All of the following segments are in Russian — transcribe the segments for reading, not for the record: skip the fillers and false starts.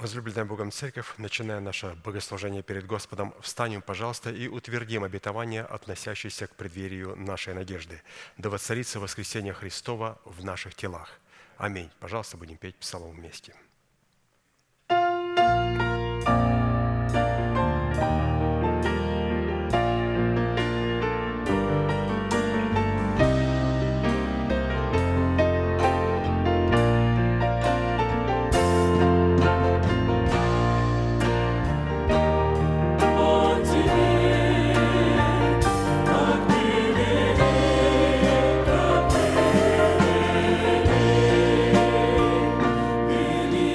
Возлюбленная Богом Церковь, начиная наше богослужение перед Господом, встанем, пожалуйста, и утвердим обетование, относящееся к преддверию нашей надежды. Да воцарится воскресение Христова в наших телах. Аминь. Пожалуйста, будем петь псалом вместе. Великий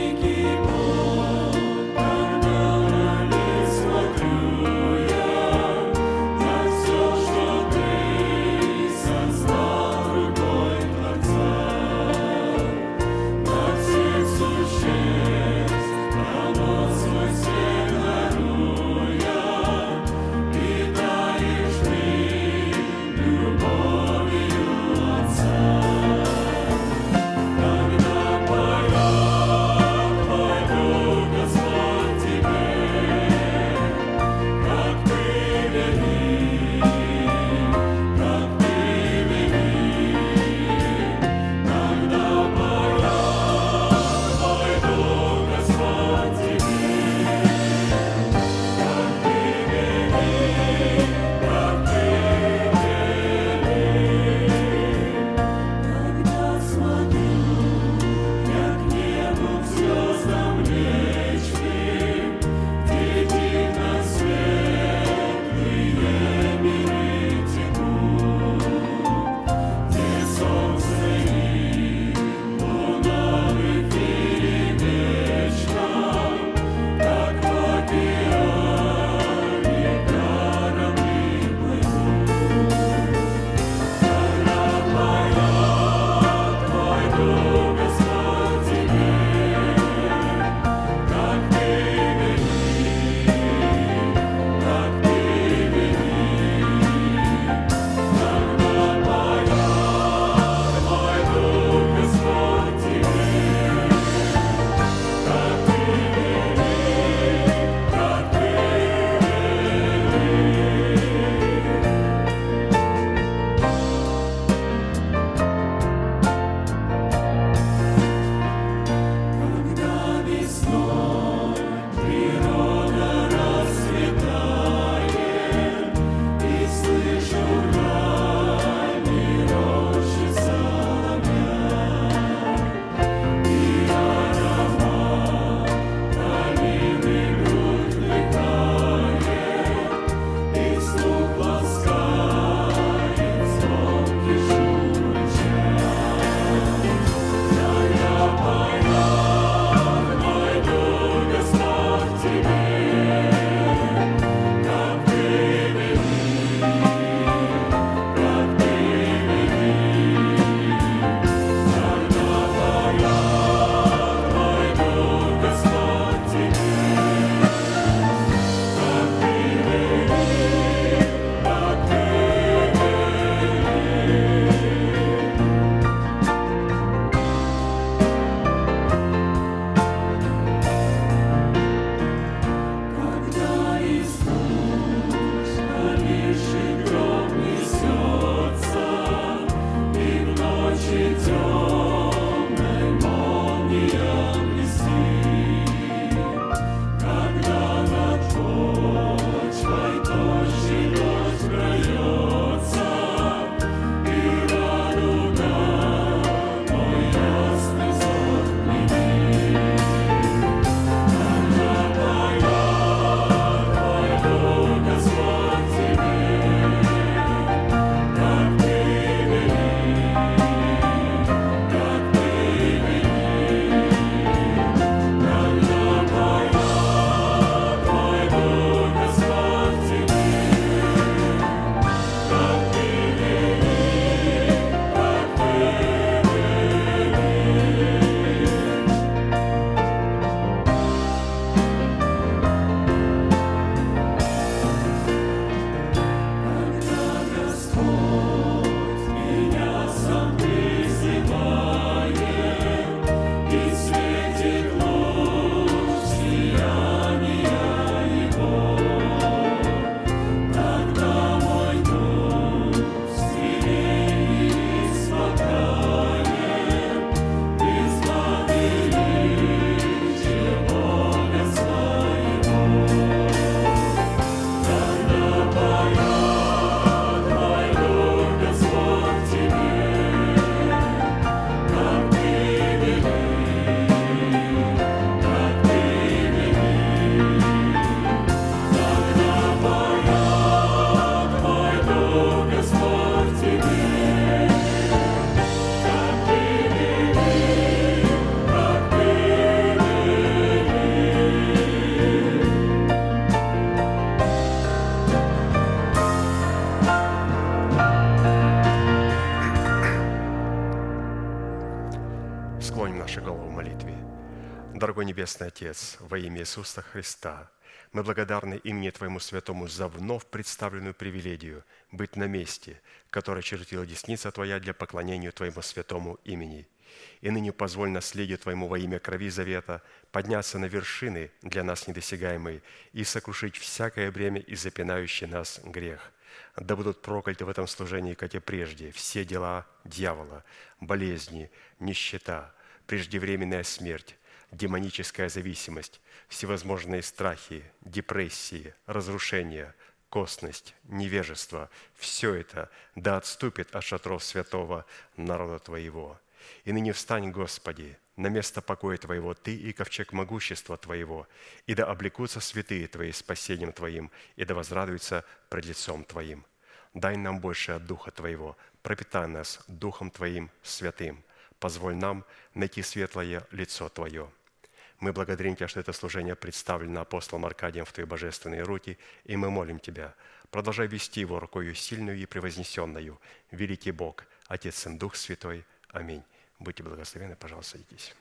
Небесный Отец, во имя Иисуса Христа, мы благодарны имени Твоему Святому за вновь представленную привилегию быть на месте, которое чертила десница Твоя для поклонения Твоему святому имени. И ныне позволь наследию Твоему во имя крови завета подняться на вершины для нас недосягаемые и сокрушить всякое бремя и запинающий нас грех. Да будут прокляты в этом служении, как и прежде, все дела дьявола, болезни, нищета, преждевременная смерть, демоническая зависимость, всевозможные страхи, депрессии, разрушения, косность, невежество – все это да отступит от шатров святого народа Твоего. И ныне встань, Господи, на место покоя Твоего Ты и ковчег могущества Твоего, и да облекутся святые Твои спасением Твоим, и да возрадуются пред лицом Твоим. Дай нам больше от Духа Твоего, пропитай нас Духом Твоим святым, позволь нам найти светлое лицо Твое. Мы благодарим Тебя, что это служение представлено апостолом Аркадием в Твои божественные руки, и мы молим Тебя, продолжай вести его рукою сильную и превознесенную, великий Бог, Отец, Сын, Дух Святой. Аминь. Будьте благословенны, пожалуйста, садитесь.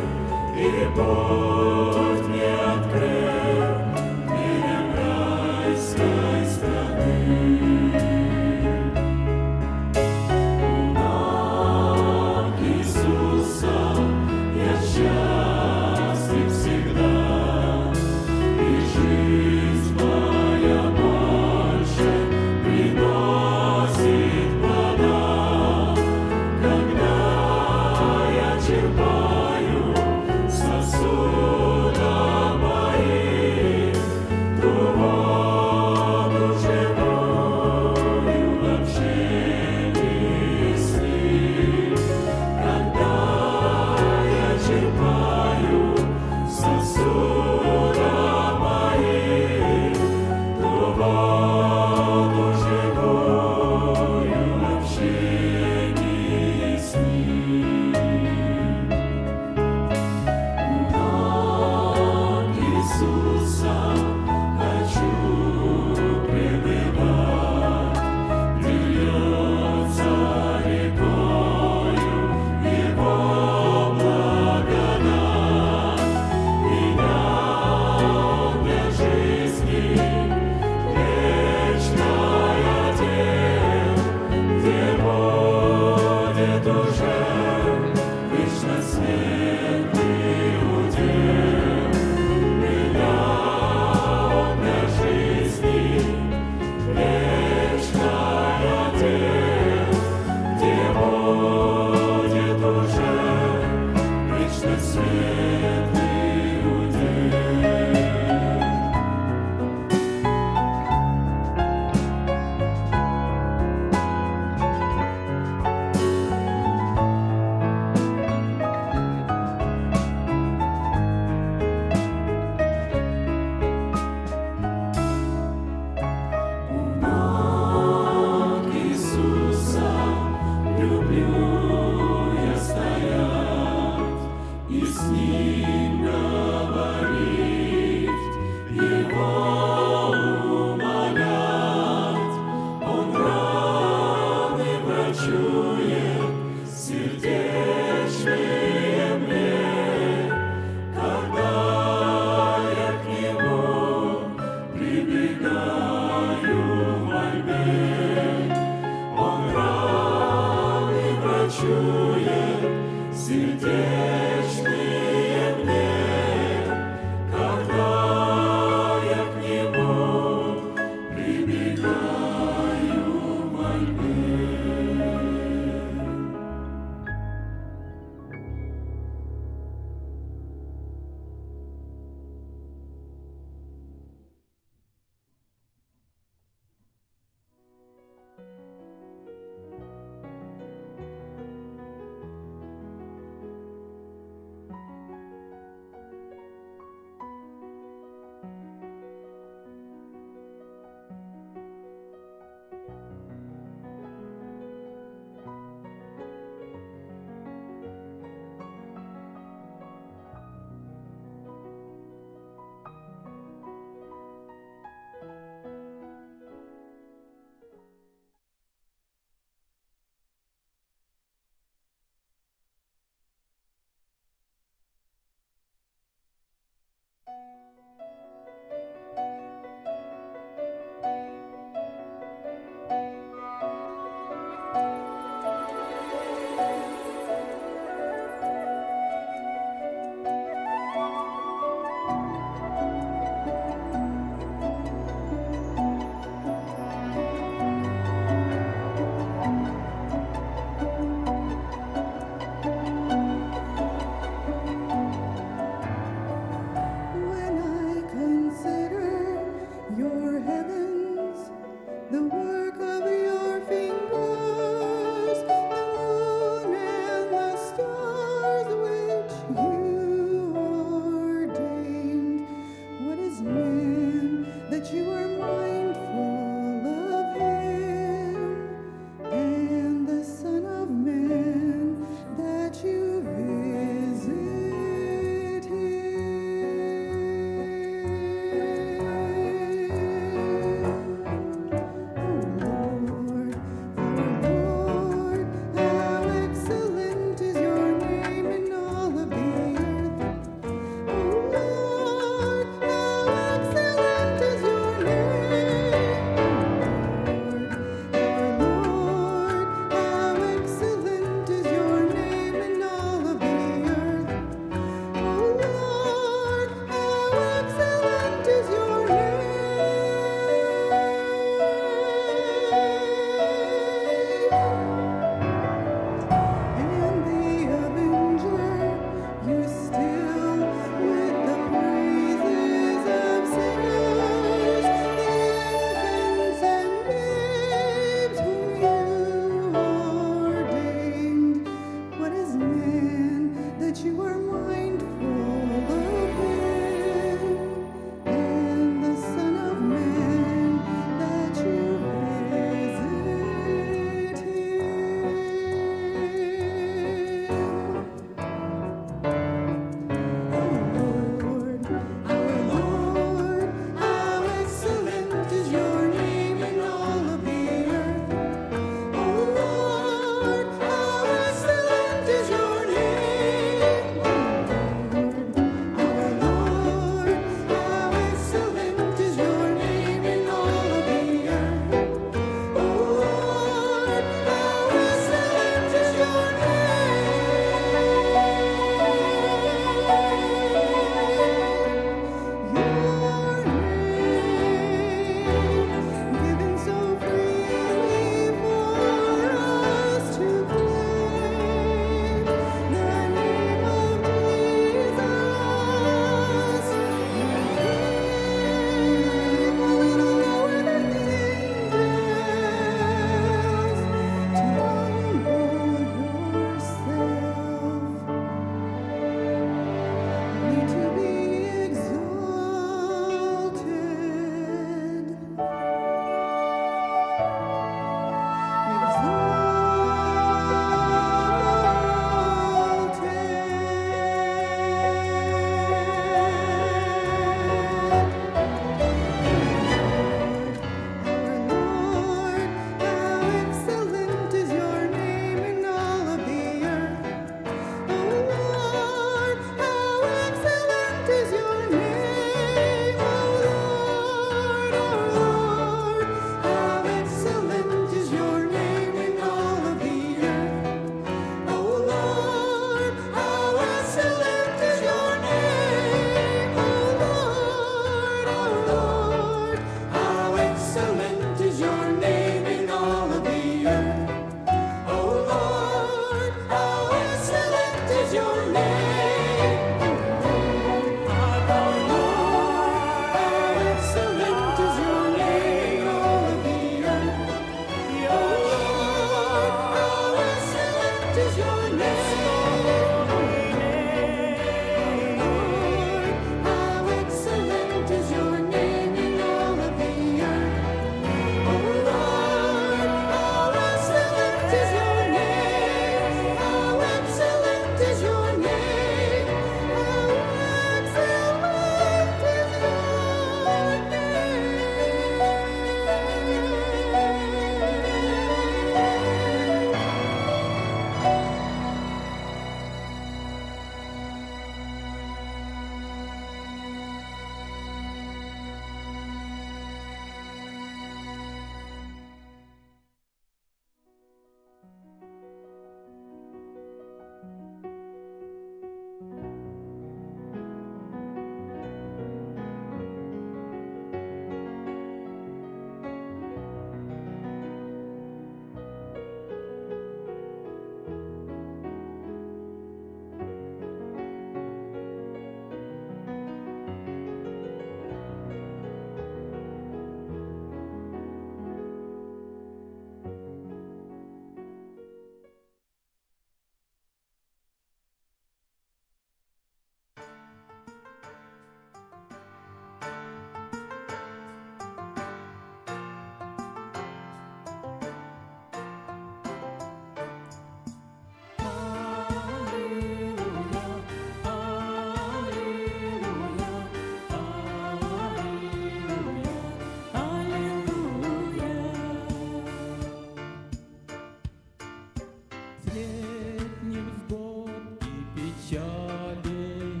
летних невзгод и печалей.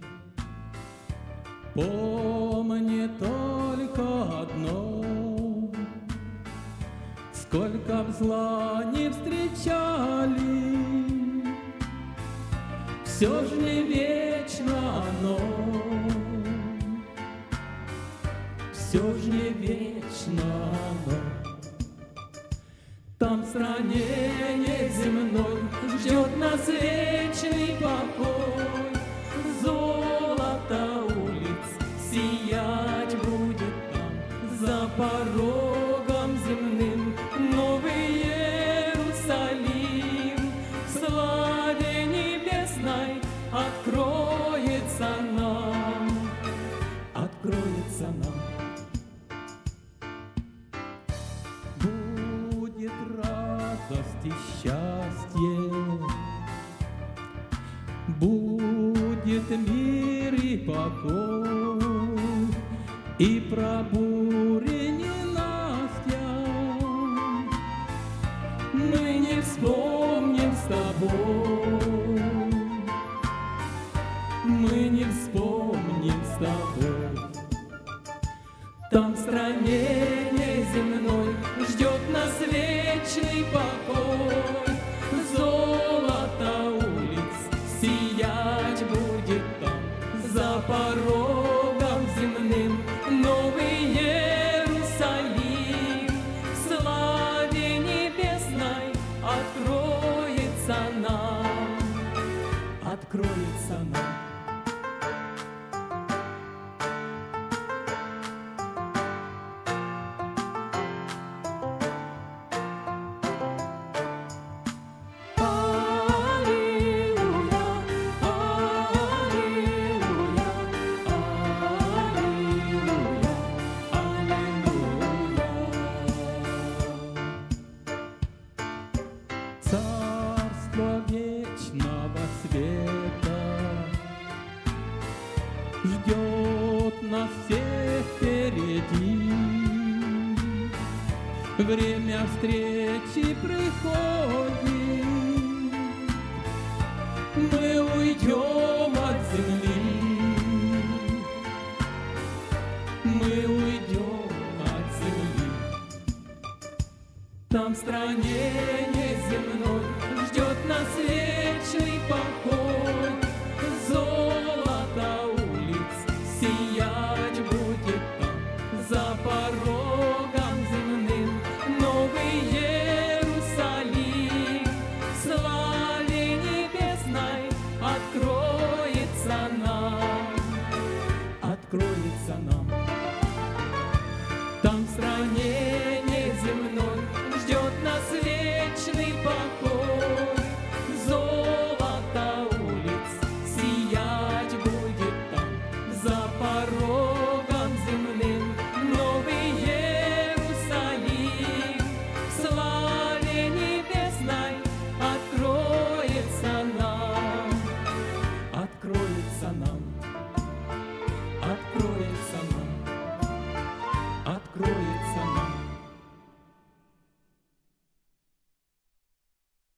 Помни только одно: сколько б зла не встречали, все ж не вечно оно, все ж не вечно оно. Там в стране неземной ждет нас вечный покой. Золото улиц сиять будет там, за порогом земным новый Иерусалим. В славе небесной откроется нам, откроется нам. Будет радость и счастье, будет мир и покой, и про бури ненастья мы не вспомним с тобой, мы не вспомним с тобой. Там в стране неземной ждет нас вечный покой. Золото улиц сиять будет там, за порогом земным новый Иерусалим. В славе небесной откроется нам, откроется нам. Царство вечного света ждет нас всех впереди. Время встречи приходит, мы уйдем от земли, мы уйдем от земли. Там в стране неземной ждет нас вечный покой. Золото улиц сиять будет там, за порогом земным новый Иерусалим. В славе небесной откроется нам, откроется нам. Там в стране неземной ждет нас вечный покой. Золото улиц сиять будет там, за порогом земным новый Иерусалим. В славе небесной откроется нам, откроется нам, откроется нам, откроется нам.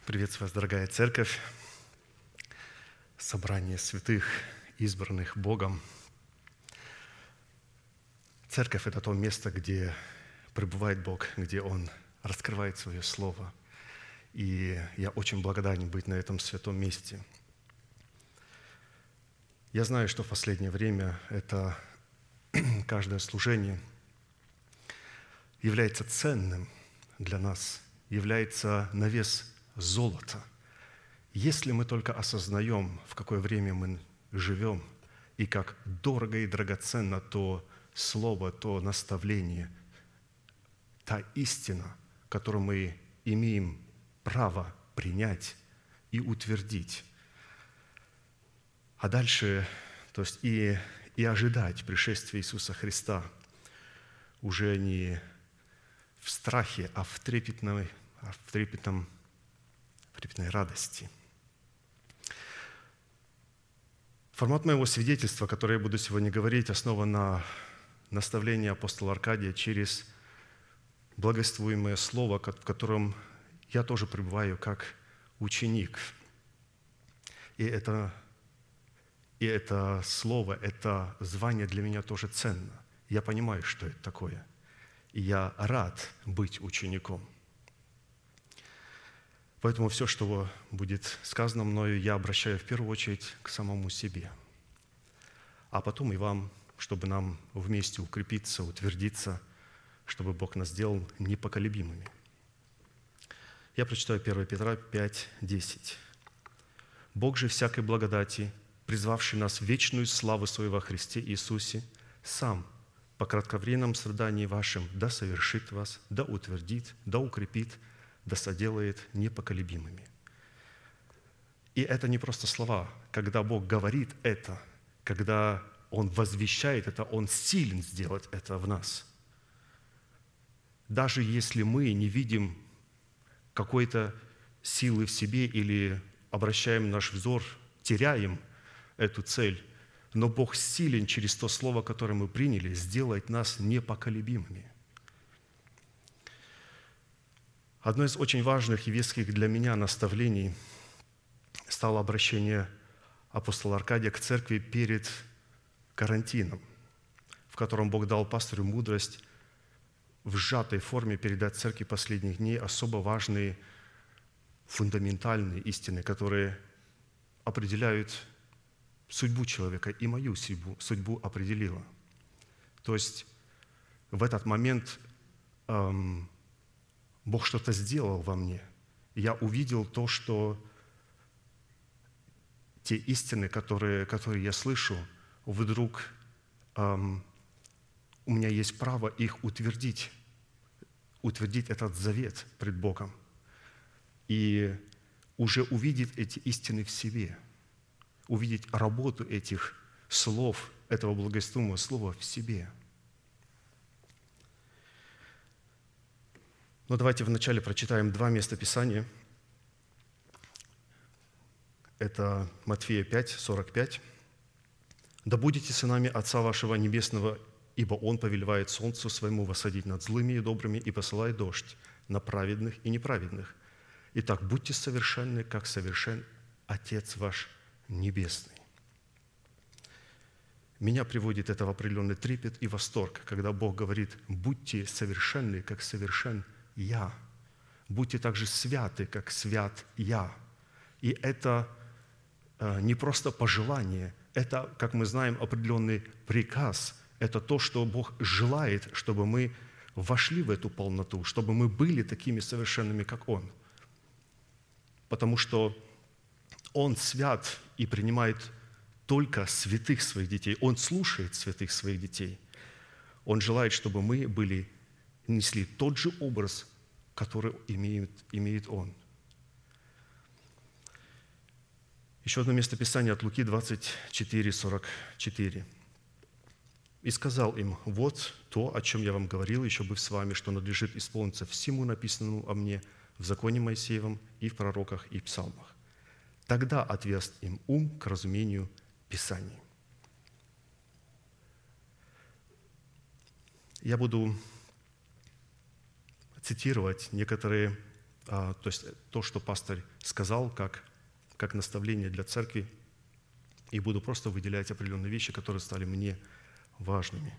Приветствую вас, дорогая церковь, собрание святых, избранных Богом. Церковь – это то место, где пребывает Бог, где Он раскрывает Свое Слово. И я очень благодарен быть на этом святом месте. Я знаю, что в последнее время это каждое служение является ценным для нас, является на вес золота. Если мы только осознаем, в какое время мы живем, и как дорого и драгоценно то слово, то наставление, та истина, которую мы имеем право принять и утвердить. А дальше, то есть и ожидать пришествия Иисуса Христа уже не в страхе, а в трепетной радости. Формат моего свидетельства, которое я буду сегодня говорить, основан на наставлении апостола Аркадия через благовествуемое слово, в котором я тоже пребываю как ученик. И это слово, это звание для меня тоже ценно. Я понимаю, что это такое. И я рад быть учеником. Поэтому все, что будет сказано мною, я обращаю в первую очередь к самому себе. А потом и вам, чтобы нам вместе укрепиться, утвердиться, чтобы Бог нас сделал непоколебимыми. Я прочитаю 1 Петра 5:10. «Бог же всякой благодати, призвавший нас в вечную славу Свою во Христе Иисусе, Сам по кратковременном страдании вашим да совершит вас, да утвердит, да укрепит, да соделает непоколебимыми». И это не просто слова. Когда Бог говорит это, когда Он возвещает это, Он силен сделать это в нас. Даже если мы не видим какой-то силы в себе или обращаем наш взор, теряем эту цель, но Бог силен через то слово, которое мы приняли, сделать нас непоколебимыми. Одно из очень важных и веских для меня наставлений стало обращение апостола Аркадия к церкви перед карантином, в котором Бог дал пастырю мудрость в сжатой форме передать церкви последних дней особо важные, фундаментальные истины, которые определяют судьбу человека, и мою судьбу определила. То есть в этот момент Бог что-то сделал во мне. Я увидел то, что те истины, которые я слышу, вдруг у меня есть право их утвердить этот завет пред Богом и уже увидеть эти истины в себе, увидеть работу этих слов, этого благовествуемого слова в себе. Но давайте вначале прочитаем два места Писания. Это Матфея 5:45. «Да будете сынами Отца вашего Небесного, ибо Он повелевает солнцу своему восходить над злыми и добрыми и посылает дождь на праведных и неправедных. Итак, будьте совершенны, как совершен Отец ваш Небесный». Меня приводит это в определенный трепет и восторг, когда Бог говорит: «Будьте совершенны, как совершен Я. Будьте также святы, как свят Я». И это не просто пожелание, это, как мы знаем, определенный приказ. Это то, что Бог желает, чтобы мы вошли в эту полноту, чтобы мы были такими совершенными, как Он. Потому что Он свят и принимает только святых своих детей. Он слушает святых своих детей. Он желает, чтобы мы несли тот же образ, который имеет Он. Еще одно место Писания от Луки 24:44. «И сказал им: вот то, о чем я вам говорил, еще быв с вами, что надлежит исполниться всему написанному о мне в законе Моисеевом и в пророках и псалмах. Тогда отверст им ум к разумению Писаний». Я буду цитировать некоторые то есть то, что пастырь сказал, как наставление для церкви, и буду просто выделять определенные вещи, которые стали мне важными.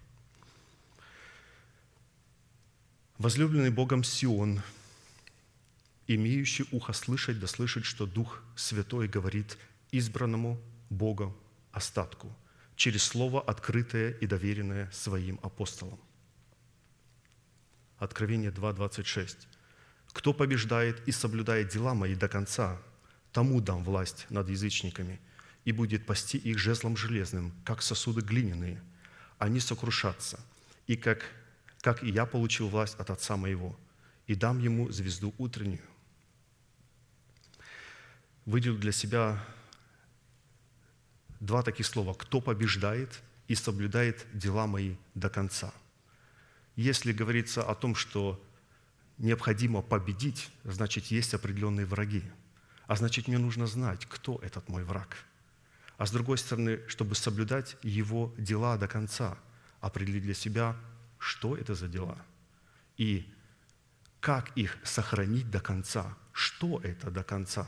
«Возлюбленный Богом Сион, имеющий ухо слышать, да слышит, что Дух Святой говорит избранному Богом остатку, через слово, открытое и доверенное своим апостолам». Откровение 2:26. «Кто побеждает и соблюдает дела мои до конца, тому дам власть над язычниками, и будет пасти их жезлом железным, как сосуды глиняные. Они сокрушатся, и как и я получил власть от Отца моего, и дам ему звезду утреннюю». Выделил для себя два таких слова: «кто побеждает и соблюдает дела мои до конца». Если говорится о том, что необходимо победить, значит, есть определенные враги. А значит, мне нужно знать, кто этот мой враг. А с другой стороны, чтобы соблюдать его дела до конца, определить для себя, что это за дела, и как их сохранить до конца, что это до конца.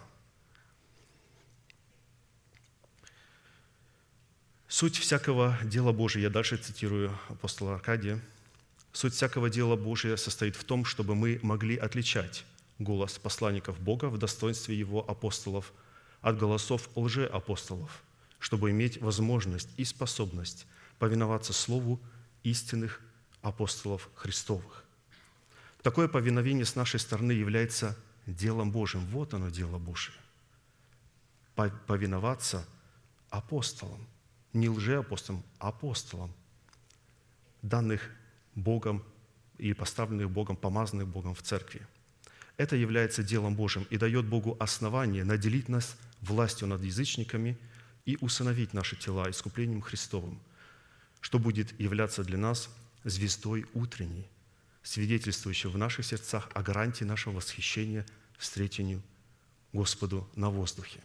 «Суть всякого дела Божия», я дальше цитирую апостола Аркадия, «суть всякого дела Божия состоит в том, чтобы мы могли отличать голос посланников Бога в достоинстве Его апостолов от голосов лжеапостолов, чтобы иметь возможность и способность повиноваться Слову истинных апостолов Христовых». Такое повиновение с нашей стороны является делом Божьим. Вот оно, дело Божие. Повиноваться апостолам. Не лжеапостолам, а апостолам, данных Богом и поставленных Богом, помазанных Богом в церкви. Это является делом Божьим и дает Богу основание наделить нас властью над язычниками и усыновить наши тела искуплением Христовым, что будет являться для нас звездой утренней, свидетельствующей в наших сердцах о гарантии нашего восхищения встретению Господу на воздухе.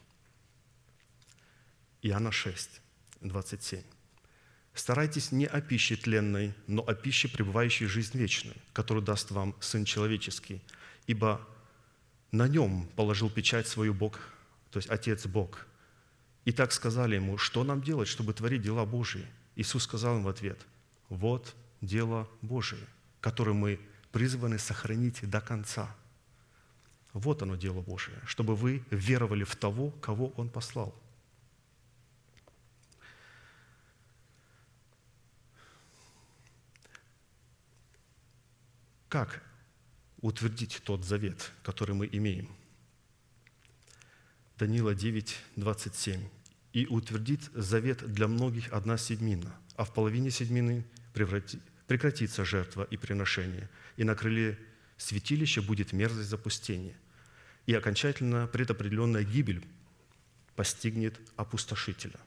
Иоанна 6, 27. «Старайтесь не о пище тленной, но о пище, пребывающей в жизнь вечную, которую даст вам Сын Человеческий, ибо на нем положил печать свою Бог, то есть Отец Бог. И так сказали ему: что нам делать, чтобы творить дела Божии? Иисус сказал им в ответ: вот дело Божие, которое мы призваны сохранить до конца». Вот оно, дело Божие, чтобы вы веровали в того, кого Он послал. Как утвердить тот завет, который мы имеем? Даниила 9, 27. «И утвердит завет для многих одна седьмина, а в половине седьмины прекратится жертва и приношение, и на крыле святилища будет мерзость запустения, и окончательно предопределенная гибель постигнет опустошителя».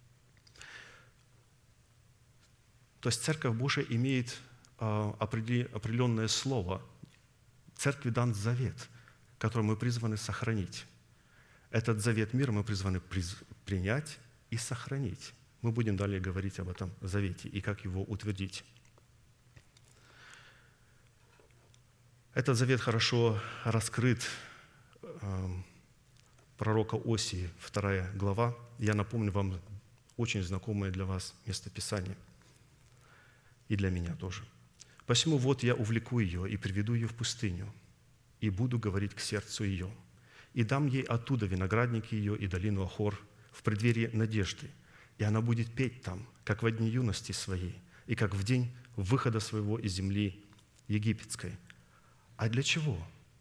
То есть Церковь Божия имеет определенное слово. Церкви дан завет, который мы призваны сохранить. Этот завет мира мы призваны принять и сохранить. Мы будем далее говорить об этом завете и как его утвердить. Этот завет хорошо раскрыт пророка Осии, 2 глава. Я напомню вам очень знакомое для вас местописание. И для меня тоже. «Посему вот я увлеку ее и приведу ее в пустыню, и буду говорить к сердцу ее, и дам ей оттуда виноградники ее и долину Ахор в преддверии надежды, и она будет петь там, как во дни юности своей, и как в день выхода своего из земли египетской». А для чего?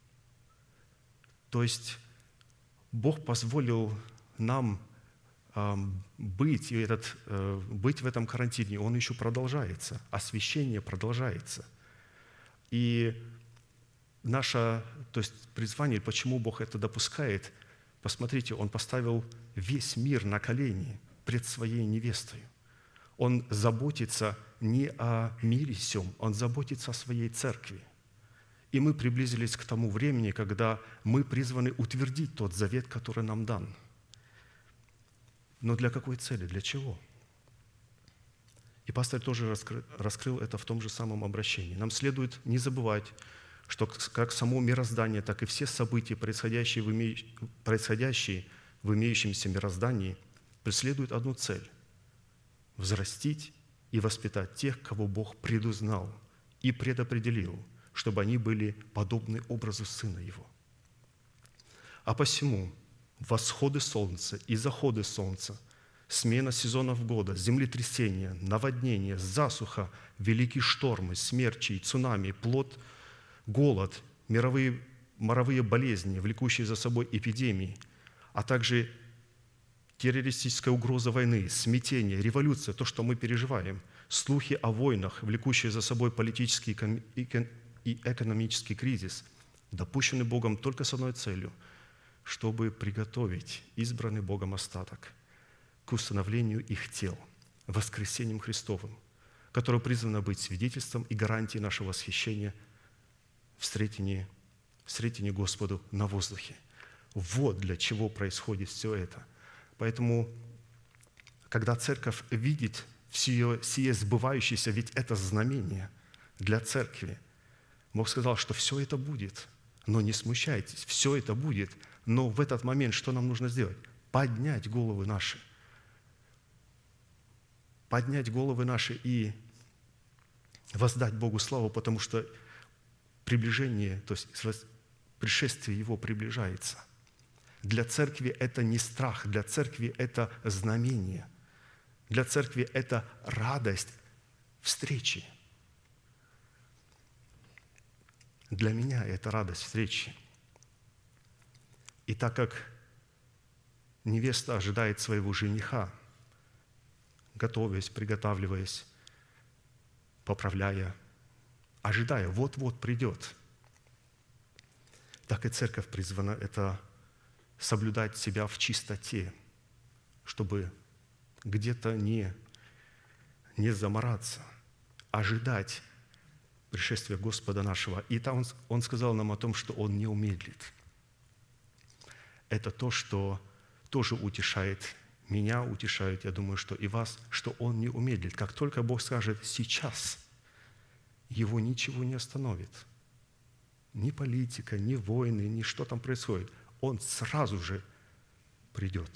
То есть Бог позволил нам быть в этом карантине, он еще продолжается, освящение продолжается. И наше призвание, почему Бог это допускает, посмотрите, Он поставил весь мир на колени пред Своей невестой. Он заботится не о мире сем, Он заботится о Своей церкви. И мы приблизились к тому времени, когда мы призваны утвердить тот завет, который нам дан. Но для какой цели? Для чего? И пастор тоже раскрыл это в том же самом обращении. Нам следует не забывать, что как само мироздание, так и все события, происходящие в имеющемся мироздании, преследуют одну цель – взрастить и воспитать тех, кого Бог предузнал и предопределил, чтобы они были подобны образу Сына Его. А посему восходы солнца и заходы солнца, смена сезонов года, землетрясения, наводнения, засуха, великие штормы, смерчи и цунами, голод, моровые болезни, влекущие за собой эпидемии, а также террористическая угроза войны, смятение, революция, то, что мы переживаем, слухи о войнах, влекущие за собой политический и экономический кризис, допущены Богом только с одной целью – чтобы приготовить избранный Богом остаток к установлению их тел, воскресением Христовым, которое призвано быть свидетельством и гарантией нашего восхищения в сретении Господу на воздухе. Вот для чего происходит все это. Поэтому, когда церковь видит все сие сбывающееся, ведь это знамение для церкви, Бог сказал, что все это будет, но не смущайтесь, все это будет. Но в этот момент что нам нужно сделать? Поднять головы наши. Поднять головы наши и воздать Богу славу, потому что приближение, то есть пришествие Его приближается. Для церкви это не страх, для церкви это знамение. Для церкви это радость встречи. Для меня это радость встречи. И так как невеста ожидает своего жениха, готовясь, приготавливаясь, поправляя, ожидая, вот-вот придет, так и церковь призвана это соблюдать себя в чистоте, чтобы где-то не замораться, ожидать пришествия Господа нашего. И там Он сказал нам о том, что Он не умедлит. Это то, что тоже утешает меня, утешает, я думаю, что и вас, что Он не умедлит. Как только Бог скажет «сейчас», Его ничего не остановит. Ни политика, ни войны, ни что там происходит. Он сразу же придет.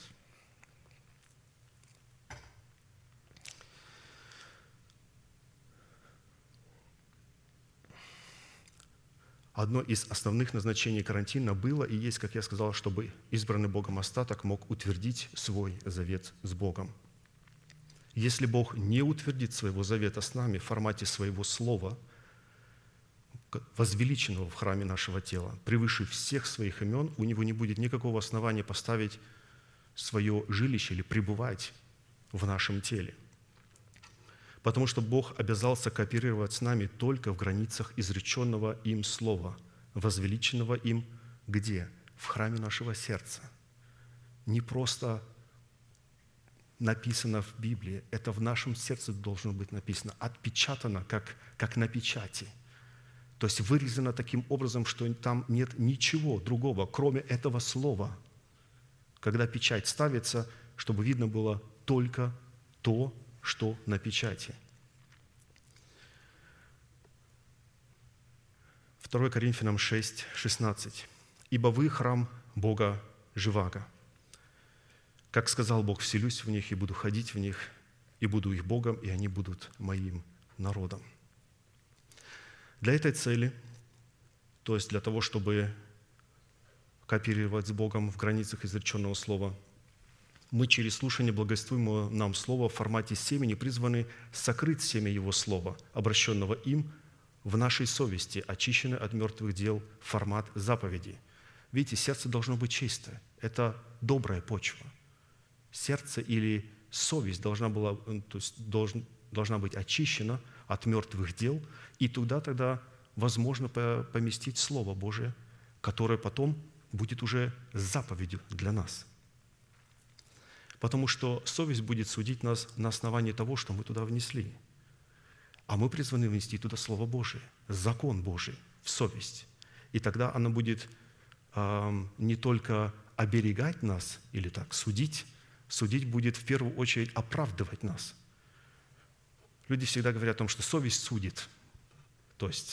Одно из основных назначений карантина было и есть, как я сказал, чтобы избранный Богом остаток мог утвердить свой завет с Богом. Если Бог не утвердит своего завета с нами в формате своего слова, возвеличенного в храме нашего тела, превыше всех своих имен, у Него не будет никакого основания поставить свое жилище или пребывать в нашем теле. Потому что Бог обязался кооперировать с нами только в границах изреченного им слова, возвеличенного им где? В храме нашего сердца. Не просто написано в Библии, это в нашем сердце должно быть написано, отпечатано, как на печати. То есть вырезано таким образом, что там нет ничего другого, кроме этого слова. Когда печать ставится, чтобы видно было только то, что на печати. 2 Коринфянам 6, 16. «Ибо вы храм Бога живаго. Как сказал Бог, вселюсь в них и буду ходить в них, и буду их Богом, и они будут моим народом». Для этой цели, то есть для того, чтобы кооперировать с Богом в границах изреченного слова, мы через слушание благовествуемого нам слова в формате семени призваны сокрыть семя Его слова, обращенного им в нашей совести, очищенной от мертвых дел, формат заповеди. Видите, сердце должно быть чистое. Это добрая почва. Сердце или совесть должна быть очищена от мертвых дел, и туда тогда возможно поместить Слово Божие, которое потом будет уже заповедью для нас. Потому что совесть будет судить нас на основании того, что мы туда внесли. А мы призваны внести туда Слово Божие, закон Божий в совесть. И тогда она будет не только оберегать нас или так судить будет в первую очередь оправдывать нас. Люди всегда говорят о том, что совесть судит. То есть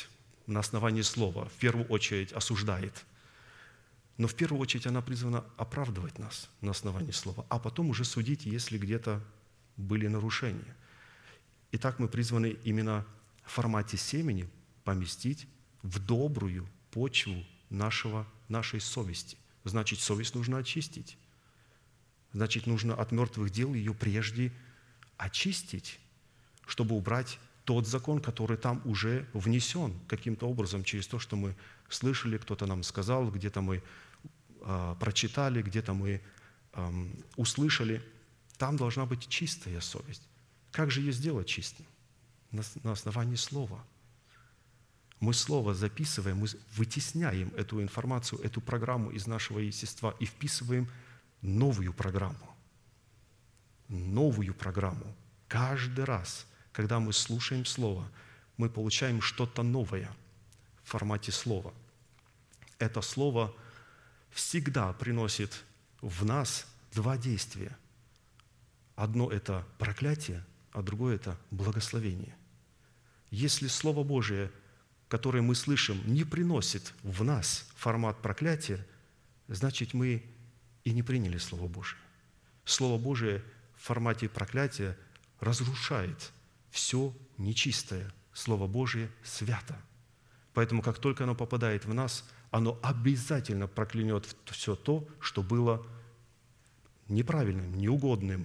на основании Слова, в первую очередь осуждает. Но в первую очередь она призвана оправдывать нас на основании Слова, а потом уже судить, если где-то были нарушения. Итак, мы призваны именно в формате семени поместить в добрую почву нашей совести. Значит, совесть нужно очистить. Значит, нужно от мертвых дел ее прежде очистить, чтобы убрать тот закон, который там уже внесен каким-то образом через то, что мы слышали, кто-то нам сказал, где-то мы прочитали, где-то мы услышали. Там должна быть чистая совесть. Как же ее сделать чистой? На основании Слова. Мы Слово записываем, мы вытесняем эту информацию, эту программу из нашего естества и вписываем новую программу. Новую программу. Каждый раз, когда мы слушаем Слово, мы получаем что-то новое в формате Слова. Это Слово всегда приносит в нас два действия. Одно – это проклятие, а другое – это благословение. Если Слово Божие, которое мы слышим, не приносит в нас формат проклятия, значит, мы и не приняли Слово Божие. Слово Божие в формате проклятия разрушает все нечистое. Слово Божие свято. Поэтому, как только оно попадает в нас, оно обязательно проклянет все то, что было неправильным, неугодным,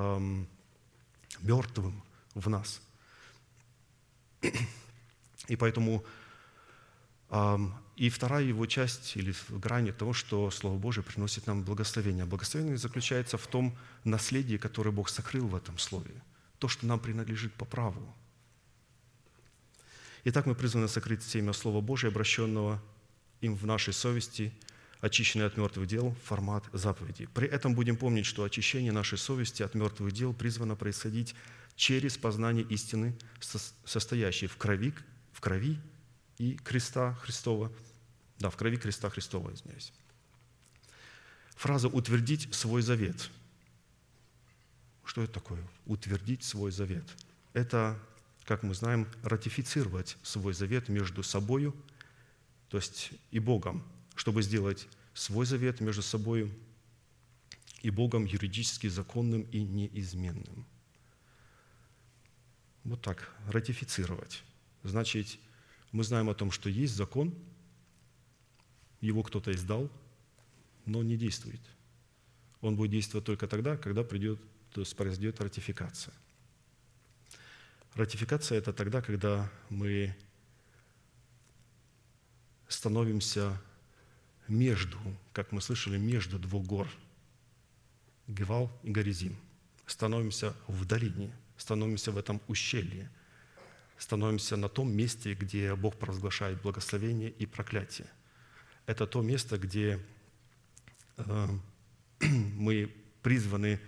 мертвым в нас. И поэтому и вторая его часть, или грань того, что Слово Божие приносит нам благословение. Благословение заключается в том наследии, которое Бог сокрыл в этом Слове. То, что нам принадлежит по праву. Итак, мы призваны сокрыть семя Слова Божия, обращенного им в нашей совести, очищенной от мертвых дел, в формат заповеди. При этом будем помнить, что очищение нашей совести от мертвых дел призвано происходить через познание истины, состоящей в крови и креста Христова. Да, в крови креста Христова, извиняюсь. Фраза «утвердить свой завет». Что это такое? Утвердить свой завет. Это, как мы знаем, ратифицировать свой завет между собою, то есть и Богом, чтобы сделать свой завет между собою и Богом юридически законным и неизменным. Вот так, ратифицировать. Значит, мы знаем о том, что есть закон, его кто-то издал, но не действует. Он будет действовать только тогда, когда произойдет ратификация. Ратификация – это тогда, когда мы становимся между, как мы слышали, между двух гор, Гевал и Горизим. Становимся в долине, становимся в этом ущелье, становимся на том месте, где Бог провозглашает благословение и проклятие. Это то место, где мы призваны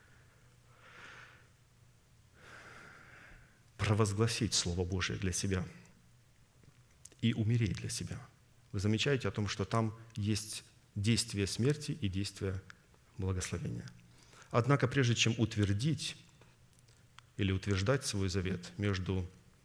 провозгласить Слово Божие для себя и умереть для себя. Вы замечаете о том, что там есть действие смерти и действие благословения. Однако, прежде чем утвердить или утверждать свой завет между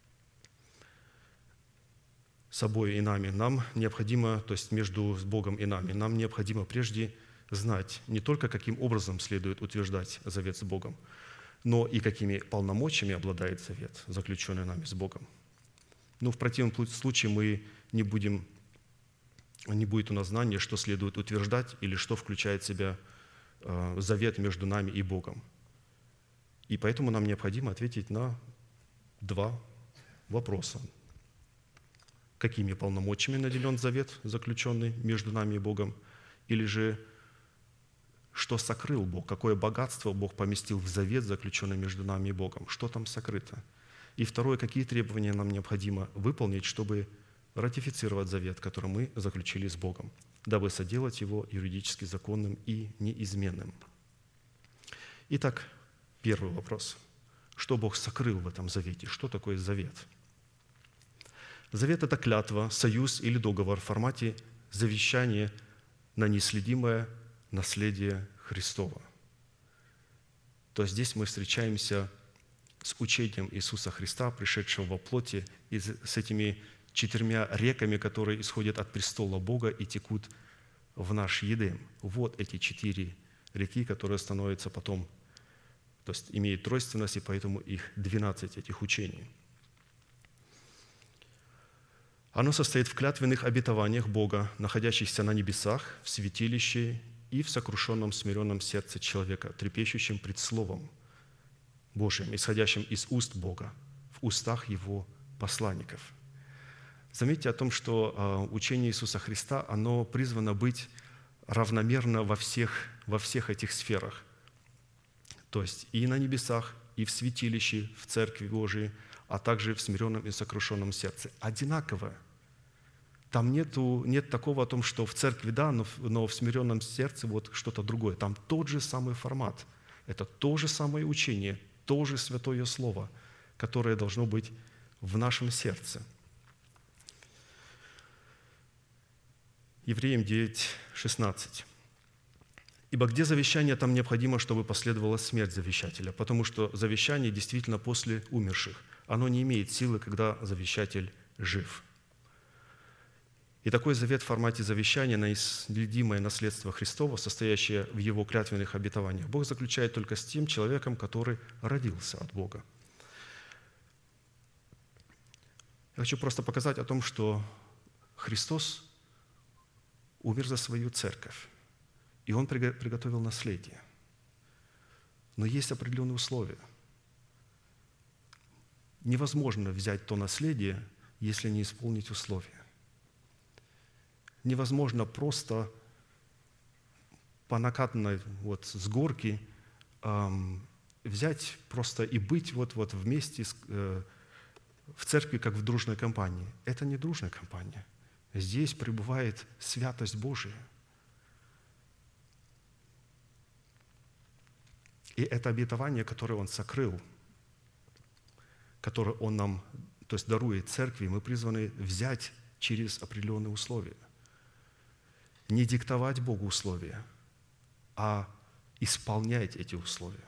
собой и нами, нам необходимо, то есть между Богом и нами, нам необходимо прежде знать не только, каким образом следует утверждать завет с Богом, но и какими полномочиями обладает завет, заключенный нами с Богом. Но в противном случае не будет у нас знания, что следует утверждать или что включает в себя завет между нами и Богом. И поэтому нам необходимо ответить на два вопроса. Какими полномочиями наделен завет, заключенный между нами и Богом, или же что сокрыл Бог, какое богатство Бог поместил в завет, заключенный между нами и Богом, что там сокрыто. И второе, какие требования нам необходимо выполнить, чтобы ратифицировать завет, который мы заключили с Богом, дабы соделать его юридически законным и неизменным. Итак, первый вопрос. Что Бог сокрыл в этом завете? Что такое завет? Завет – это клятва, союз или договор в формате завещания на неисследимое наследие Христова. То есть здесь мы встречаемся с учением Иисуса Христа, пришедшего во плоти, и с этими 4 реками, которые исходят от престола Бога и текут в наш Едем. Вот эти 4 реки, которые становятся потом, то есть имеют тройственность, и поэтому их 12 этих учений. Оно состоит в клятвенных обетованиях Бога, находящихся на небесах, в святилище и в сокрушенном, смиренном сердце человека, трепещущем пред Словом Божьим, исходящим из уст Бога, в устах Его посланников. Заметьте о том, что учение Иисуса Христа, оно призвано быть равномерно во всех этих сферах. То есть и на небесах, и в святилище, в Церкви Божией, а также в смиренном и сокрушенном сердце. Одинаково. Там нет такого о том, что в церкви да, но в смиренном сердце вот что-то другое. Там тот же самый формат. Это то же самое учение, то же святое Слово, которое должно быть в нашем сердце. Евреям 9:16. «Ибо где завещание, там необходимо, чтобы последовала смерть завещателя, потому что завещание действительно после умерших. Оно не имеет силы, когда завещатель жив». И такой завет в формате завещания, наследимое наследство Христова, состоящее в Его клятвенных обетованиях, Бог заключает только с тем человеком, который родился от Бога. Я хочу просто показать о том, что Христос умер за свою церковь, и Он приготовил наследие. Но есть определенные условия. Невозможно взять то наследие, если не исполнить условия. Невозможно просто по накатанной с горки взять просто и быть вместе в церкви, как в дружной компании. Это не дружная компания. Здесь пребывает святость Божия. И это обетование, которое Он сокрыл, которое Он нам, то есть дарует церкви, мы призваны взять через определенные условия. Не диктовать Богу условия, а исполнять эти условия.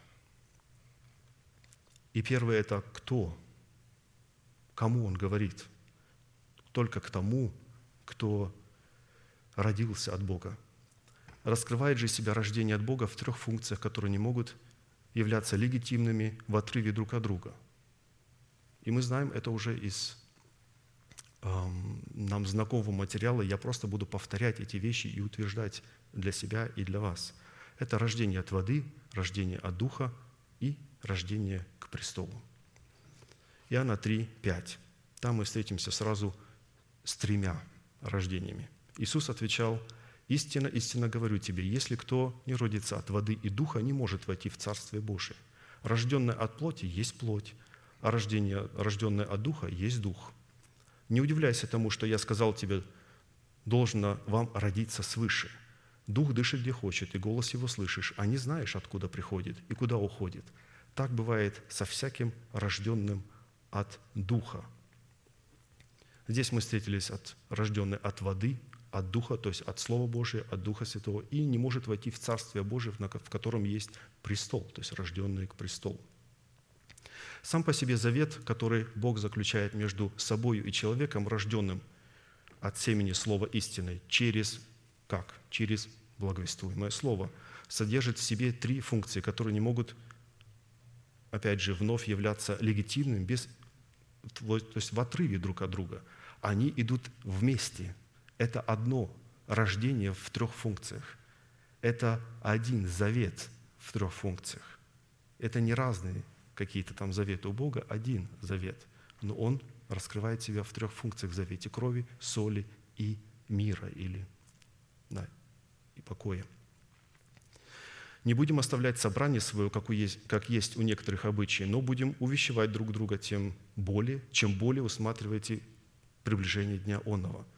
И первое – это кто? Кому Он говорит? Только к тому, кто родился от Бога. Раскрывает же себя рождение от Бога в 3 функциях, которые не могут являться легитимными в отрыве друг от друга. И мы знаем это уже из нам знакомого материала. Я просто буду повторять эти вещи и утверждать для себя и для вас. Это рождение от воды, рождение от Духа и рождение к престолу. Иоанна 3:5. Там мы встретимся сразу с 3 рождениями. Иисус отвечал: «Истинно, истинно говорю тебе, если кто не родится от воды и духа, не может войти в Царствие Божие. Рожденное от плоти есть плоть, а рожденное от духа есть дух. Не удивляйся тому, что я сказал тебе, должно вам родиться свыше. Дух дышит, где хочет, и голос его слышишь, а не знаешь, откуда приходит и куда уходит. Так бывает со всяким рожденным от духа». Здесь мы встретились рожденный от воды, от Духа, то есть от Слова Божия, от Духа Святого, и не может войти в Царствие Божие, в котором есть престол, то есть рожденный к престолу. Сам по себе завет, который Бог заключает между собою и человеком, рожденным от семени Слова истины, через благовествуемое Слово, содержит в себе 3 функции, которые не могут, опять же, вновь являться легитимными, то есть в отрыве друг от друга. Они идут вместе. Это одно рождение в 3 функциях. Это один завет в 3 функциях. Это не разные какие-то там заветы у Бога, один завет. Но Он раскрывает себя в 3 функциях: в завете крови, соли и мира, и покоя. Не будем оставлять собрание свое, как есть у некоторых обычаев, но будем увещевать друг друга, чем более усматриваете приближение дня онного.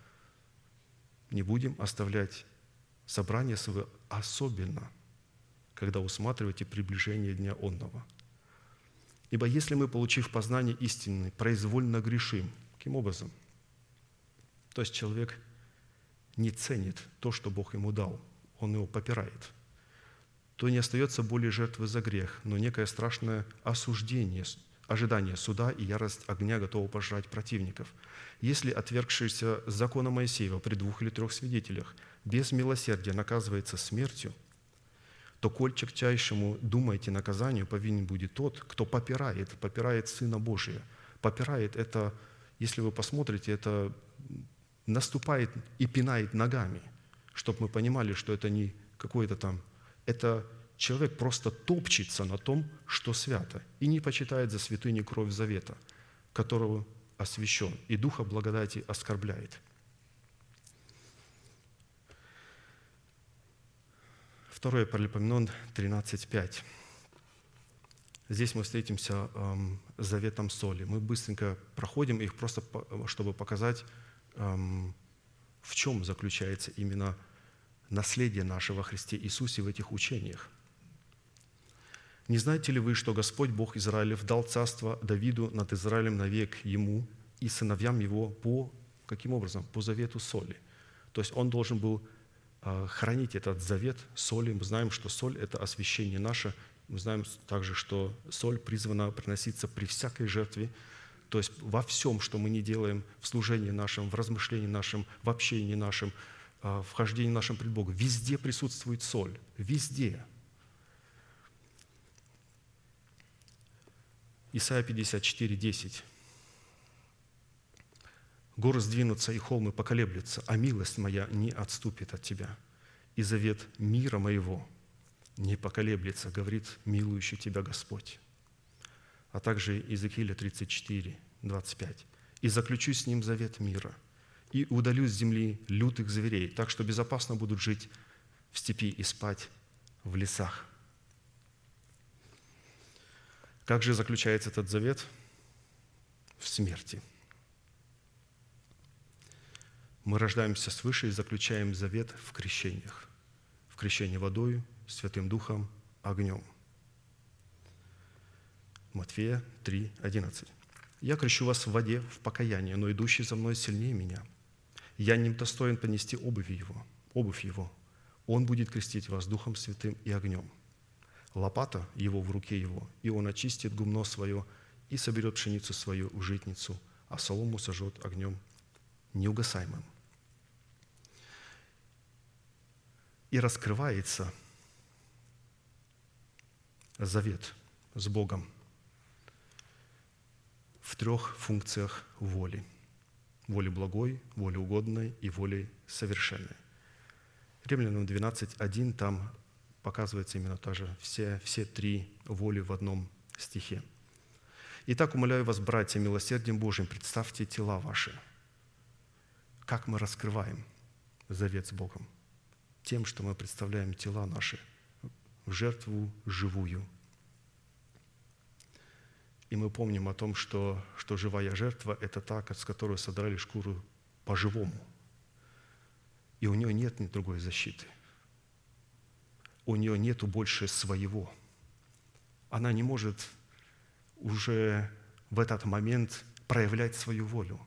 Не будем оставлять собрание свое, особенно, когда усматриваете приближение дня онного. Ибо если мы, получив познание истины, произвольно грешим, каким образом? То есть человек не ценит то, что Бог ему дал, он его попирает, то не остается более жертвы за грех, но некое страшное осуждение ожидание суда и ярость огня готова пожрать противников. Если отвергшийся закона Моисеева при 2 или 3 свидетелях без милосердия наказывается смертью, то коль чертящему думаете наказанию повинен будет тот, кто попирает Сына Божия. Попирает это, если вы посмотрите, это наступает и пинает ногами, чтобы мы понимали, что это не какой-то там, это человек просто топчется на том, что свято, и не почитает за святыню кровь завета, которого освящен, и духа благодати оскорбляет. 2 Паралипоменон 13:5. Здесь мы встретимся с заветом соли. Мы быстренько проходим их, просто чтобы показать, в чем заключается именно наследие наше во Христе Иисусе в этих учениях. «Не знаете ли вы, что Господь, Бог Израилев, дал царство Давиду над Израилем навек ему и сыновьям его по, каким образом? По завету соли». То есть Он должен был хранить этот завет соли. Мы знаем, что соль – это освящение наше. Мы знаем также, что соль призвана приноситься при всякой жертве. То есть во всем, что мы не делаем, в служении нашем, в размышлении нашем, в общении нашем, в хождении нашем пред Богом, везде присутствует соль. Везде. Исайя 54:10. «Горы сдвинутся, и холмы поколеблются, а милость моя не отступит от тебя, и завет мира моего не поколеблется, говорит милующий тебя Господь». А также Иезекииля 34:25. «И заключу с ним завет мира, и удалю с земли лютых зверей, так что безопасно будут жить в степи и спать в лесах». Как же заключается этот завет? В смерти. Мы рождаемся свыше и заключаем завет в крещениях. В крещении водою, Святым Духом, огнем. Матфея 3:11. «Я крещу вас в воде в покаяние, но идущий за мной сильнее меня. Я не достоин понести обувь его. Он будет крестить вас Духом Святым и огнем. Лопата его в руке его, и он очистит гумно свое и соберет пшеницу свою в житницу, а солому сожжет огнем неугасаемым». И раскрывается завет с Богом в 3 функциях воли. Воли благой, воли угодной и воли совершенной. Римлянам 12:1 там показывается именно та же, все 3 воли в одном стихе. «Итак, умоляю вас, братья, милосердием Божьим, представьте тела ваши». Как мы раскрываем завет с Богом? Тем, что мы представляем тела наши в жертву живую. И мы помним о том, что живая жертва – это та, с которой содрали шкуру по-живому. И у нее нет ни другой защиты. У нее нету больше своего. Она не может уже в этот момент проявлять свою волю.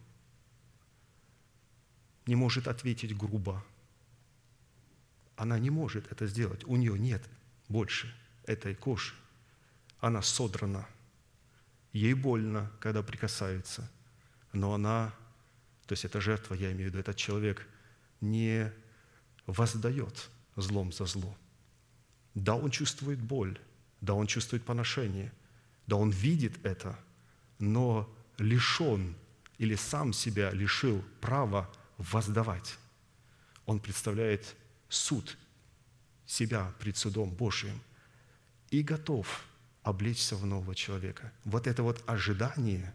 Не может ответить грубо. Она не может это сделать. У нее нет больше этой кожи. Она содрана. Ей больно, когда прикасаются. Но она, то есть эта жертва, я имею в виду, этот человек не воздает злом за зло. Да, он чувствует боль, да, он чувствует поношение, да, он видит это, но лишен или сам себя лишил права воздавать. Он представляет суд себя пред судом Божиим и готов облечься в нового человека. Вот это вот ожидание,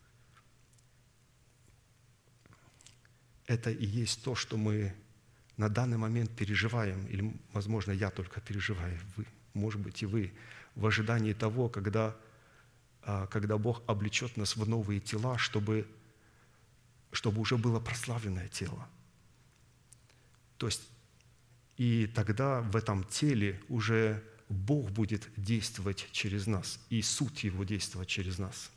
это и есть то, что мы на данный момент переживаем, или, возможно, я только переживаю, вы, может быть, и вы, в ожидании того, когда Бог облечет нас в новые тела, чтобы уже было прославленное тело. То есть, и тогда в этом теле уже Бог будет действовать через нас, и суд Его действовать через нас.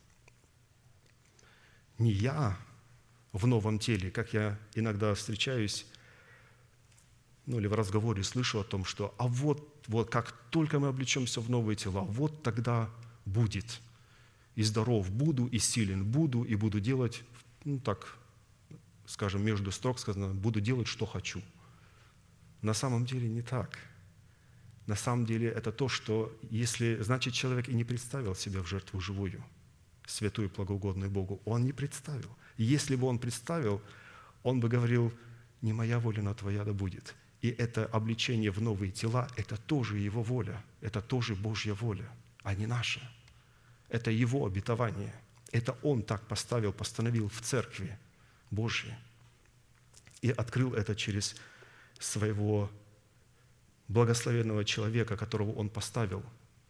Не я в новом теле, как я иногда встречаюсь, или в разговоре слышу о том, что вот как только мы облечемся в новые тела, вот тогда будет. и здоров буду, и силен буду, и буду делать, так скажем, между строк сказано, буду делать, что хочу. На самом деле не так. На самом деле это то, что если, значит, человек и не представил себя в жертву живую, святую и благоугодную Богу, он не представил. И если бы он представил, он бы говорил, не моя воля, но твоя да будет. И это обличение в новые тела, это тоже Его воля, это тоже Божья воля, а не наша. Это Его обетование. Это Он так поставил, постановил в Церкви Божьей. И открыл это через своего благословенного человека, которого Он поставил.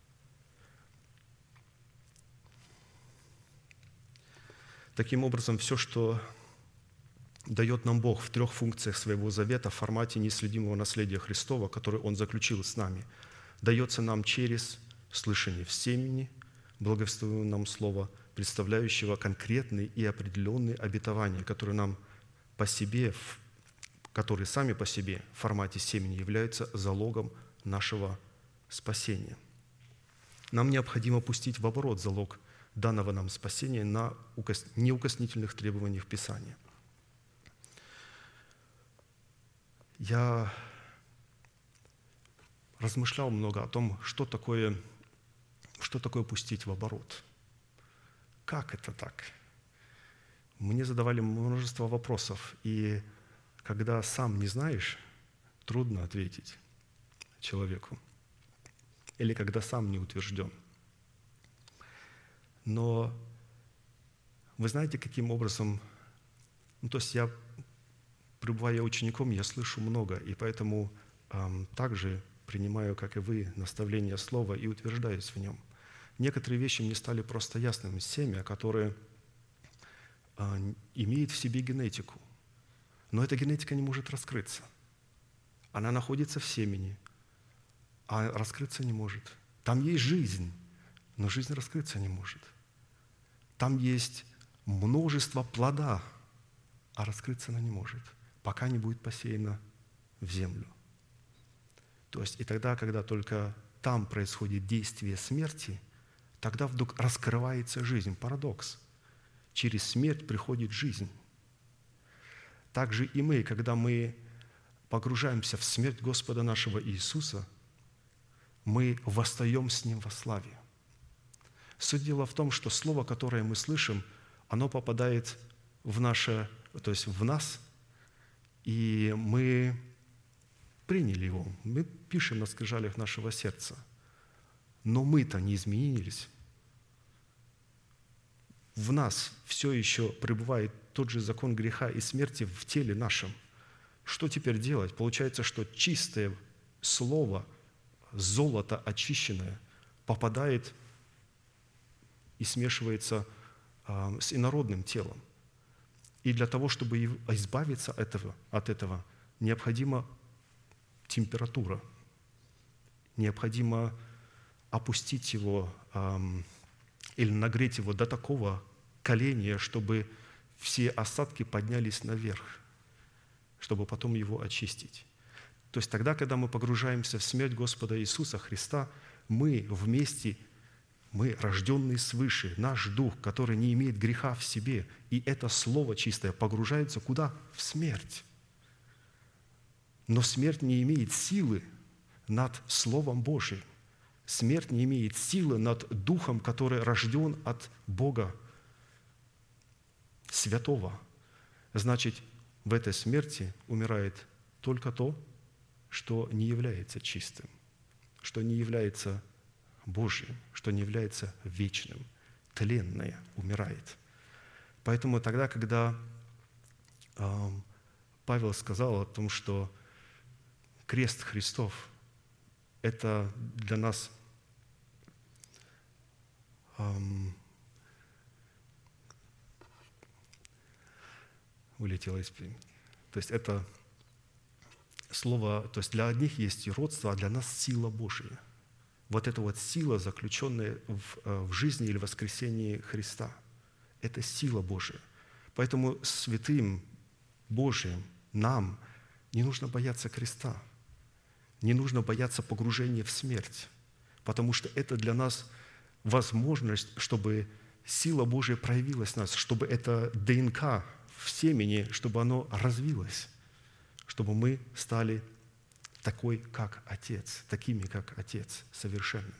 Таким образом, все, что дает нам Бог в 3 функциях своего завета в формате неисследимого наследия Христова, который Он заключил с нами, дается нам через слышание в семени, благовествуемого нам слова, представляющего конкретные и определенные обетования, которые нам по себе, которые сами по себе в формате семени являются залогом нашего спасения. Нам необходимо пустить в оборот залог данного нам спасения на неукоснительных требованиях Писания. Я размышлял много о том, что такое пустить в оборот. Как это так? Мне задавали множество вопросов, и когда сам не знаешь, трудно ответить человеку. Или когда сам не утвержден. Но вы знаете, каким образом... то есть я, пребывая учеником, я слышу много, и поэтому также принимаю, как и вы, наставление слова и утверждаюсь в нем. Некоторые вещи мне стали просто ясными. Семя, которое имеет в себе генетику, но эта генетика не может раскрыться. Она находится в семени, а раскрыться не может. Там есть жизнь, но жизнь раскрыться не может. Там есть множество плода, а раскрыться она не может, пока не будет посеяна в землю. То есть и тогда, когда только там происходит действие смерти, тогда вдруг раскрывается жизнь. Парадокс. Через смерть приходит жизнь. Также и мы, когда мы погружаемся в смерть Господа нашего Иисуса, мы восстаем с Ним во славе. Суть дела в том, что слово, которое мы слышим, оно попадает в наше, то есть в нас, и мы приняли его. Мы пишем на скрижалях нашего сердца. Но мы-то не изменились. В нас все еще пребывает тот же закон греха и смерти в теле нашем. Что теперь делать? Получается, что чистое слово, золото очищенное, попадает и смешивается с инородным телом. И для того, чтобы избавиться от этого, необходима температура, необходимо опустить его или нагреть его до такого коления, чтобы все осадки поднялись наверх, чтобы потом его очистить. То есть тогда, когда мы погружаемся в смерть Господа Иисуса Христа, мы вместе, мы рожденные свыше, наш дух, который не имеет греха в себе, и это слово чистое погружается куда? В смерть. Но смерть не имеет силы над Словом Божьим. Смерть не имеет силы над Духом, который рожден от Бога Святого. Значит, в этой смерти умирает только то, что не является чистым, что не является Божьим, что не является вечным. Тленное умирает. Поэтому тогда, когда Павел сказал о том, что крест Христов – это для нас улетело из... То есть это слово, то есть для одних есть и родство, а для нас сила Божия. Вот эта вот сила, заключенная в жизни или воскресении Христа, это сила Божия. Поэтому святым Божиим нам не нужно бояться креста, не нужно бояться погружения в смерть, потому что это для нас возможность, чтобы сила Божия проявилась в нас, чтобы это ДНК в семени, чтобы оно развилось, чтобы мы стали такой, как Отец, такими, как Отец, совершенными.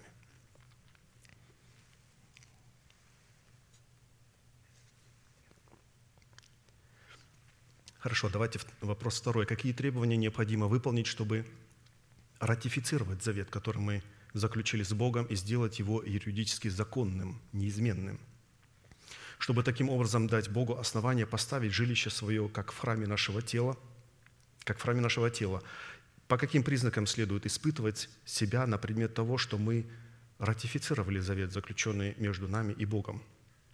Хорошо, давайте вопрос второй. Какие требования необходимо выполнить, чтобы ратифицировать завет, который мы заключили с Богом, и сделать его юридически законным, неизменным? Чтобы таким образом дать Богу основание поставить жилище свое, как в храме нашего тела, По каким признакам следует испытывать себя на предмет того, что мы ратифицировали завет, заключенный между нами и Богом?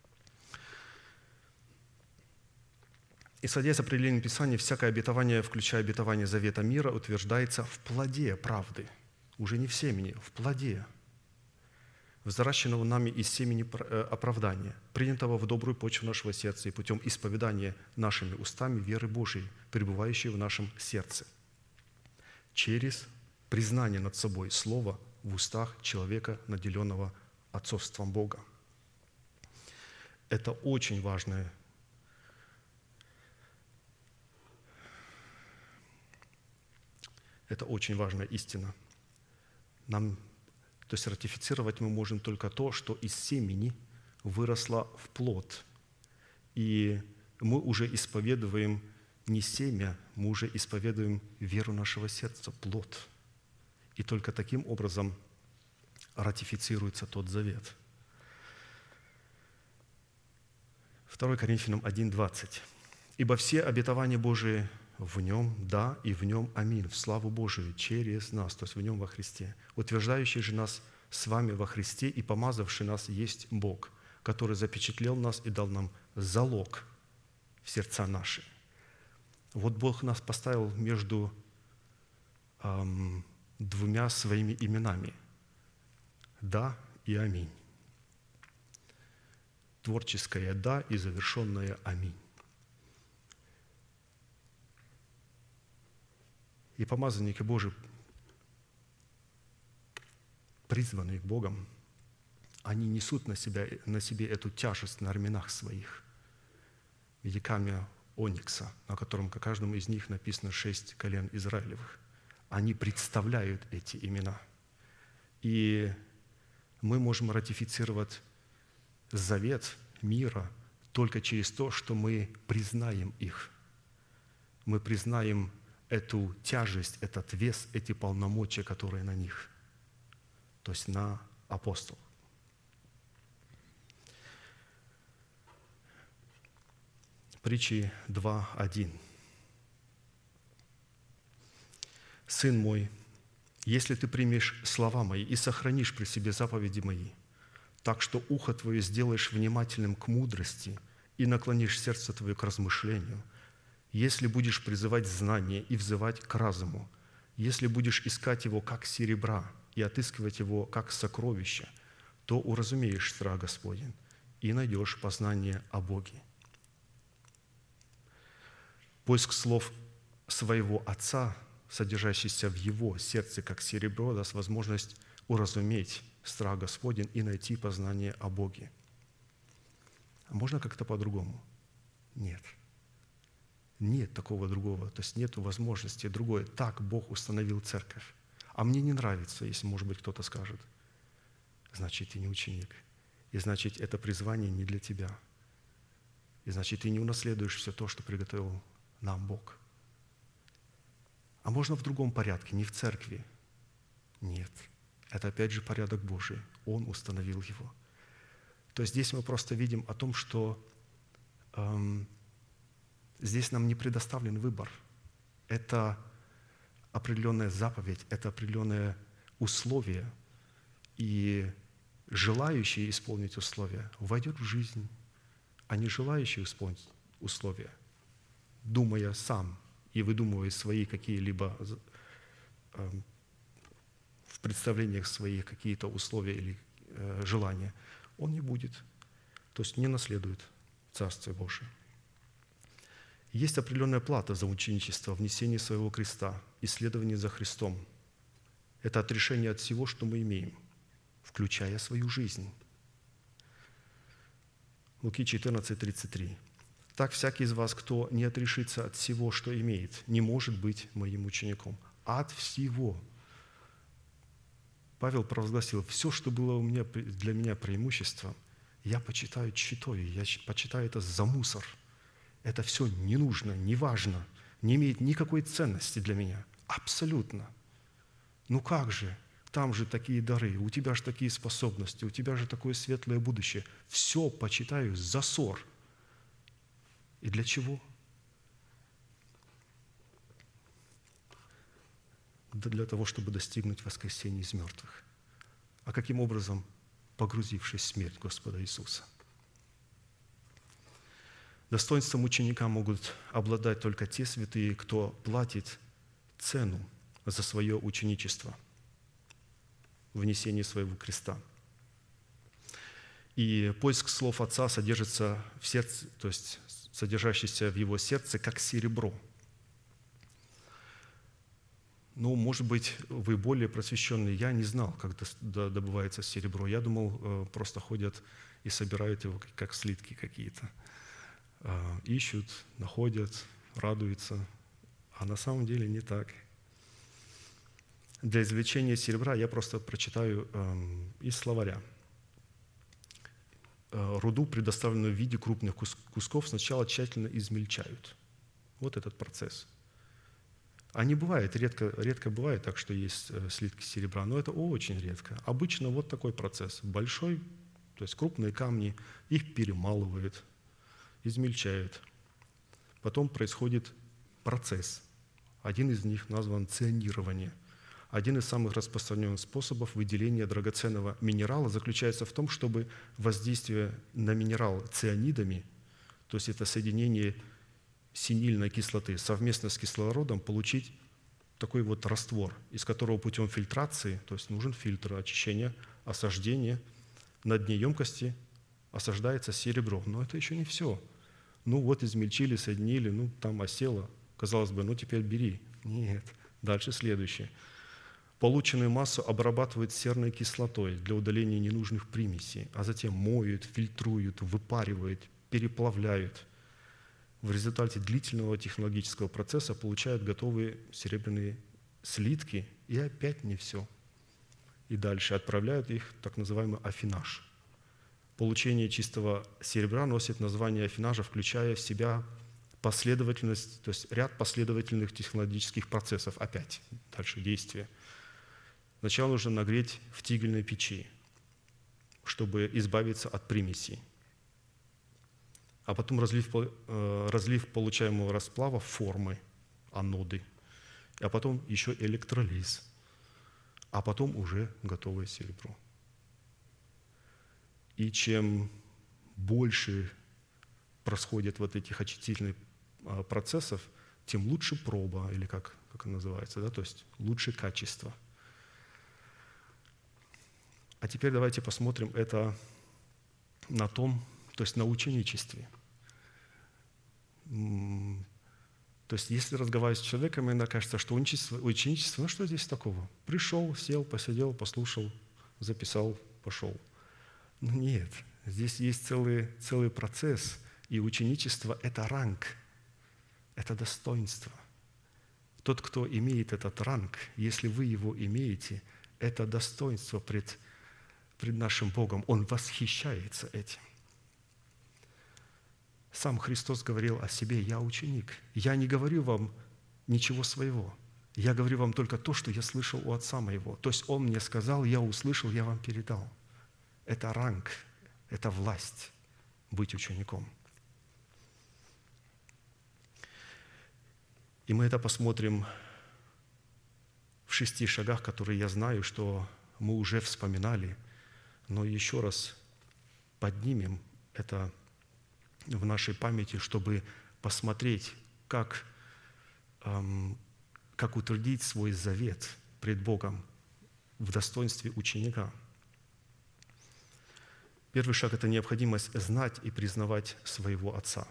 Исходя из определения Писания, всякое обетование, включая обетование завета мира, утверждается в плоде правды. Уже не в семени, в плоде, взращенного нами из семени оправдания, принятого в добрую почву нашего сердца и путем исповедания нашими устами веры Божией, пребывающей в нашем сердце, через признание над собой слова в устах человека, наделенного отцовством Бога. Это очень важная истина. То есть ратифицировать мы можем только то, что из семени выросло в плод. И мы уже исповедуем не семя, мы уже исповедуем веру нашего сердца, плод. И только таким образом ратифицируется тот завет. 2 Коринфянам 1:20. «Ибо все обетования Божии в Нем да, и в Нем аминь, в славу Божию, через нас», то есть в Нем во Христе. «Утверждающий же нас с вами во Христе и помазавший нас есть Бог, который запечатлел нас и дал нам залог в сердца наши». Вот Бог нас поставил между двумя своими именами – «да» и «аминь». Творческое «да» и завершенное «аминь». И помазанники Божии, призванные Богом, они несут на себе эту тяжесть на раменах своих в виде камня оникса, на котором к каждому из них написано 6 колен Израилевых. Они представляют эти имена. И мы можем ратифицировать завет мира только через то, что мы признаем их. Мы признаем эту тяжесть, этот вес, эти полномочия, которые на них, то есть на апостолов. Притчи 2:1. «Сын мой, если ты примешь слова мои и сохранишь при себе заповеди мои, так что ухо твое сделаешь внимательным к мудрости и наклонишь сердце твое к размышлению, если будешь призывать знание и взывать к разуму, если будешь искать его как серебра и отыскивать его как сокровище, то уразумеешь страх Господень и найдешь познание о Боге». Поиск слов своего Отца, содержащийся в его сердце как серебро, даст возможность уразуметь страх Господень и найти познание о Боге. А можно как-то по-другому? Нет. Нет такого другого, то есть нет возможности другой. Так Бог установил церковь. А мне не нравится, если, может быть, кто-то скажет, значит, ты не ученик. И значит, это призвание не для тебя. И значит, ты не унаследуешь все то, что приготовил нам Бог. А можно в другом порядке, не в церкви. Нет. Это опять же порядок Божий. Он установил его. То есть здесь мы просто видим о том, что здесь нам не предоставлен выбор. Это определенная заповедь, это определенное условие. И желающий исполнить условия войдет в жизнь, а не желающий исполнить условия, думая сам и выдумывая свои какие-либо в представлениях своих какие-то условия или желания, он не будет, то есть не наследует Царствие Божие. Есть определенная плата за ученичество, внесение своего креста, исследование за Христом. Это отрешение от всего, что мы имеем, включая свою жизнь. Луки 14:33. «Так всякий из вас, кто не отрешится от всего, что имеет, не может быть моим учеником». От всего. Павел провозгласил: все, что было для меня преимуществом, я почитаю тщетою, я почитаю это за мусор. Это все не нужно, не важно, не имеет никакой ценности для меня. Абсолютно. Ну как же? Там же такие дары, у тебя же такие способности, у тебя же такое светлое будущее. Все почитаю за ссор. И для чего? Да для того, чтобы достигнуть воскресения из мертвых. А каким образом? Погрузившись в смерть Господа Иисуса. Достоинством ученика могут обладать только те святые, кто платит цену за свое ученичество, внесение своего креста. И поиск слов Отца содержится в сердце, то есть содержащийся в его сердце, как серебро. Ну, может быть, вы более просвещенные. Я не знал, как добывается серебро. Я думал, просто ходят и собирают его, как слитки какие-то. Ищут, находят, радуются. А на самом деле не так. Для извлечения серебра я просто прочитаю из словаря. Руду, предоставленную в виде крупных кусков, сначала тщательно измельчают. Вот этот процесс. А не бывает, редко бывает так, что есть слитки серебра, но это очень редко. Обычно вот такой процесс. Большой, то есть крупные камни, их перемалывают, измельчают. Потом происходит процесс. Один из них назван ционирование. Один из самых распространенных способов выделения драгоценного минерала заключается в том, чтобы воздействие на минерал цианидами, то есть это соединение синильной кислоты совместно с кислородом, получить такой вот раствор, из которого путем фильтрации, то есть нужен фильтр очищения, осаждения, на дне емкости осаждается серебро. Но это еще не все. Ну вот измельчили, соединили, ну там осело. Казалось бы, ну теперь бери. Нет. Дальше следующее. Полученную массу обрабатывают серной кислотой для удаления ненужных примесей, а затем моют, фильтруют, выпаривают, переплавляют. В результате длительного технологического процесса получают готовые серебряные слитки, и опять не все. И дальше отправляют их в так называемый аффинаж. Получение чистого серебра носит название аффинажа, включая в себя последовательность, то есть ряд последовательных технологических процессов. Опять дальше действие. Сначала нужно нагреть в тигельной печи, чтобы избавиться от примесей. А потом разлив получаемого расплава в формы, аноды. А потом еще электролиз. А потом уже готовое серебро. И чем больше происходит вот этих очистительных процессов, тем лучше проба, или как это называется, да? То есть лучше качество. А теперь давайте посмотрим это на том, то есть на ученичестве. То есть если разговаривать с человеком, иногда кажется, что ученичество, ну что здесь такого? Пришел, сел, посидел, послушал, записал, пошел. Но нет, здесь есть целый процесс, и ученичество – это ранг, это достоинство. Тот, кто имеет этот ранг, если вы его имеете, это достоинство пред нашим Богом. Он восхищается этим. Сам Христос говорил о себе: «Я ученик». Я не говорю вам ничего своего. Я говорю вам только то, что я слышал у Отца моего. То есть Он мне сказал, я услышал, я вам передал. Это ранг, это власть быть учеником. И мы это посмотрим в 6 шагах, которые я знаю, что мы уже вспоминали, но еще раз поднимем это в нашей памяти, чтобы посмотреть, как утвердить свой завет пред Богом в достоинстве ученика. Первый шаг – это необходимость знать и признавать своего Отца.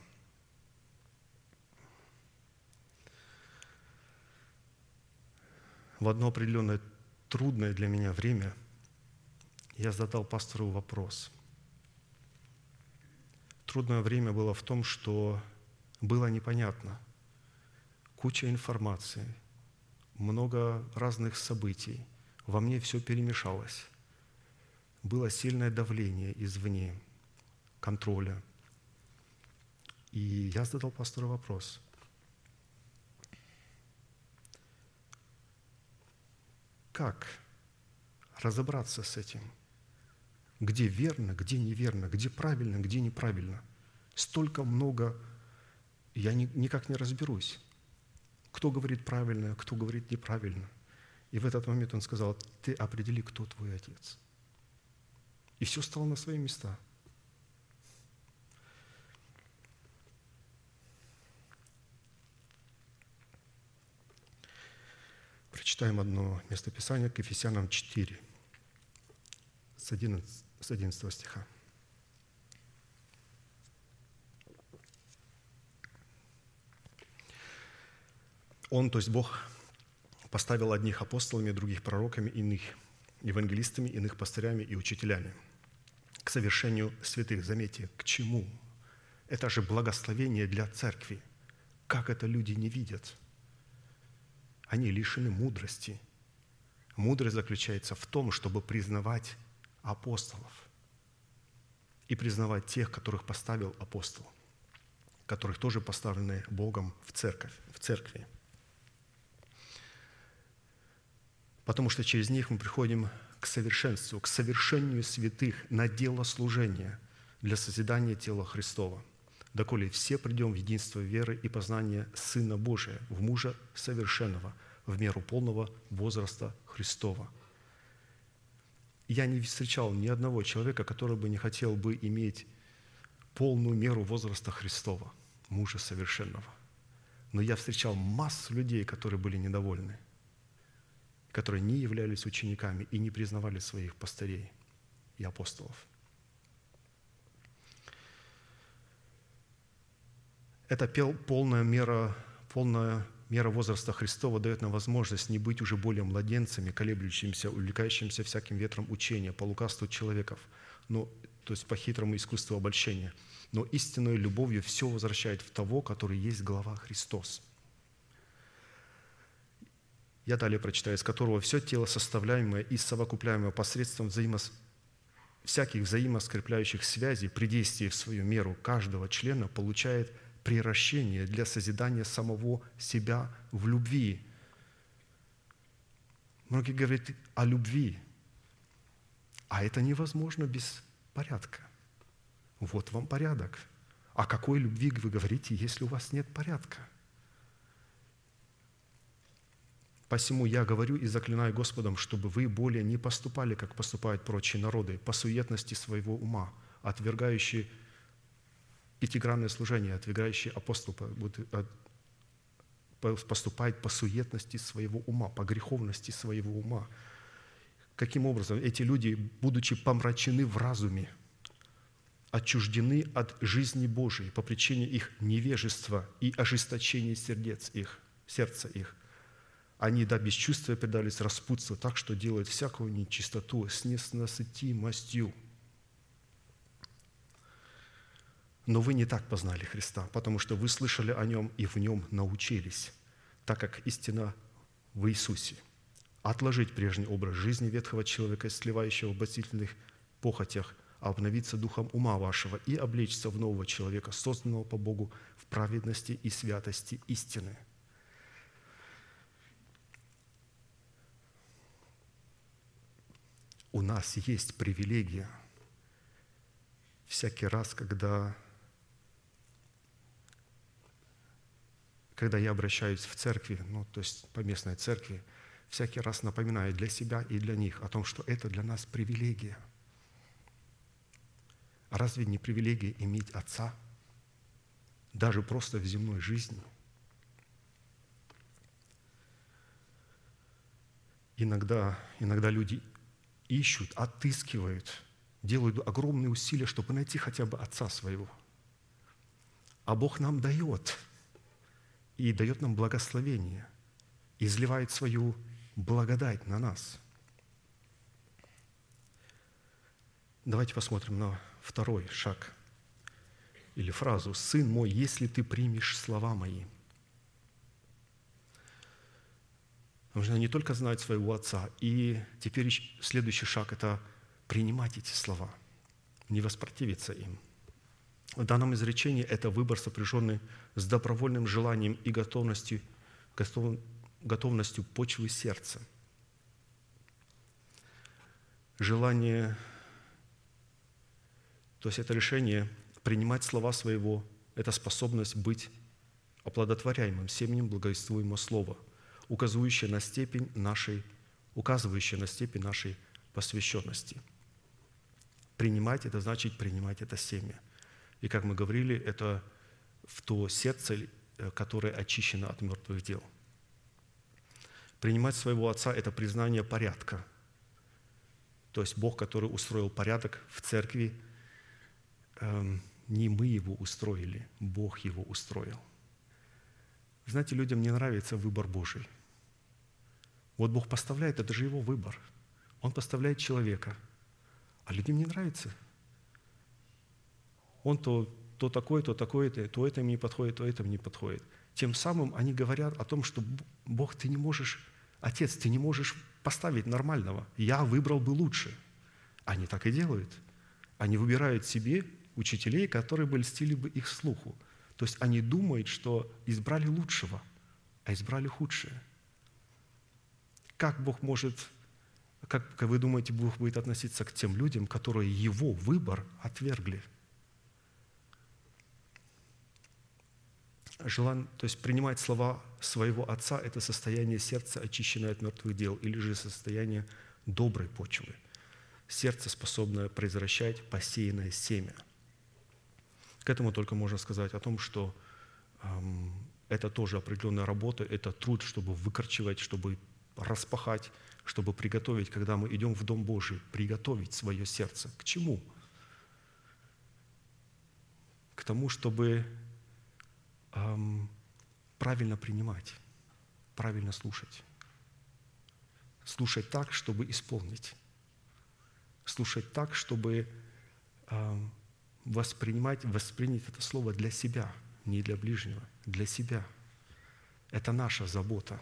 В одно определенное трудное для меня время я задал пастору вопрос: трудное время было в том, что было непонятно. Куча информации, много разных событий. Во мне все перемешалось. Было сильное давление извне, контроля. И я задал пастору вопрос. Как разобраться с этим? Где верно, где неверно, где правильно, где неправильно? Столько много, я никак не разберусь. Кто говорит правильно, кто говорит неправильно. И в этот момент он сказал: ты определи, кто твой отец. И все стало на свои места. Прочитаем одно местописание к Ефесянам 4, с 11 стиха. Он, то есть Бог, поставил одних апостолами, других пророками, иных евангелистами, иных пастырями и учителями к совершению святых. Заметьте, к чему? Это же благословение для церкви. Как это люди не видят? Они лишены мудрости. Мудрость заключается в том, чтобы признавать апостолов и признавать тех, которых поставил апостол, которых тоже поставлены Богом в церкви. Потому что через них мы приходим к совершенству, к совершению святых на дело служения для созидания тела Христова, доколе все придем в единство веры и познания Сына Божия, в мужа совершенного, в меру полного возраста Христова. Я не встречал ни одного человека, который бы не хотел бы иметь полную меру возраста Христова, мужа совершенного. Но я встречал массу людей, которые были недовольны, которые не являлись учениками и не признавали своих пастырей и апостолов. Эта полная мера возраста Христова дает нам возможность не быть уже более младенцами, колеблющимися, увлекающимися всяким ветром учения по лукавству человеков, то есть по хитрому искусству обольщения, но истинной любовью все возвращает в того, который есть глава Христос. Я далее прочитаю: из которого все тело, составляемое и совокупляемое посредством всяких взаимоскрепляющих связей, при действии в свою меру каждого члена, получает приращение для созидания самого себя в любви. Многие говорят о любви, а это невозможно без порядка. Вот вам порядок. О какой любви вы говорите, если у вас нет порядка? Посему я говорю и заклинаю Господом, чтобы вы более не поступали, как поступают прочие народы, по суетности своего ума, отвергающие пятигранное служение, отвергающие апостол поступает по суетности своего ума, по греховности своего ума. Каким образом? Эти люди, будучи помрачены в разуме, отчуждены от жизни Божией по причине их невежества и ожесточения сердца их, они до бесчувствия предались распутству, так что делают всякую нечистоту с ненасытимостью. Но вы не так познали Христа, потому что вы слышали о Нем и в Нем научились, так как истина в Иисусе. Отложить прежний образ жизни ветхого человека, сливающего в обольстительных похотях, а обновиться духом ума вашего и облечься в нового человека, созданного по Богу в праведности и святости истины. У нас есть привилегия всякий раз, когда я обращаюсь в церкви, то есть по местной церкви, всякий раз напоминаю для себя и для них о том, что это для нас привилегия. А разве не привилегия иметь Отца, даже просто в земной жизни? Иногда люди ищут, отыскивают, делают огромные усилия, чтобы найти хотя бы Отца своего. А Бог нам дает, и дает нам благословение, изливает свою благодать на нас. Давайте посмотрим на второй шаг или фразу «Сын мой, если ты примешь слова мои». Нужно не только знать своего Отца, и теперь следующий шаг – это принимать эти слова, не воспротивиться им. В данном изречении это выбор, сопряженный с добровольным желанием и готовностью почвы сердца. Желание, то есть это решение принимать слова своего, это способность быть оплодотворяемым семенем благовествуемого слова, указывающее на степень нашей посвященности. Принимать – это значит принимать это семя. И, как мы говорили, это в то сердце, которое очищено от мертвых дел. Принимать своего Отца – это признание порядка. То есть Бог, который устроил порядок в церкви, не мы его устроили, Бог его устроил. Знаете, людям не нравится выбор Божий. Вот Бог поставляет, это же его выбор. Он поставляет человека, а людям не нравится. Он то такой, то это им не подходит, то это им не подходит. Тем самым они говорят о том, что Бог, ты не можешь, Отец, ты не можешь поставить нормального. Я выбрал бы лучше. Они так и делают. Они выбирают себе учителей, которые бы льстили бы их слуху. То есть они думают, что избрали лучшего, а избрали худшее. Как Бог может, как вы думаете, Бог будет относиться к тем людям, которые Его выбор отвергли? То есть принимать слова своего Отца – это состояние сердца, очищенное от мертвых дел, или же состояние доброй почвы. Сердце, способное произвращать посеянное семя. К этому только можно сказать о том, что это тоже определенная работа, это труд, чтобы выкорчевать, чтобы распахать, чтобы приготовить, когда мы идем в Дом Божий, приготовить свое сердце. К чему? К тому, чтобы правильно принимать, правильно слушать. Слушать так, чтобы исполнить. Слушать так, чтобы воспринять это слово для себя, не для ближнего, для себя. Это наша забота.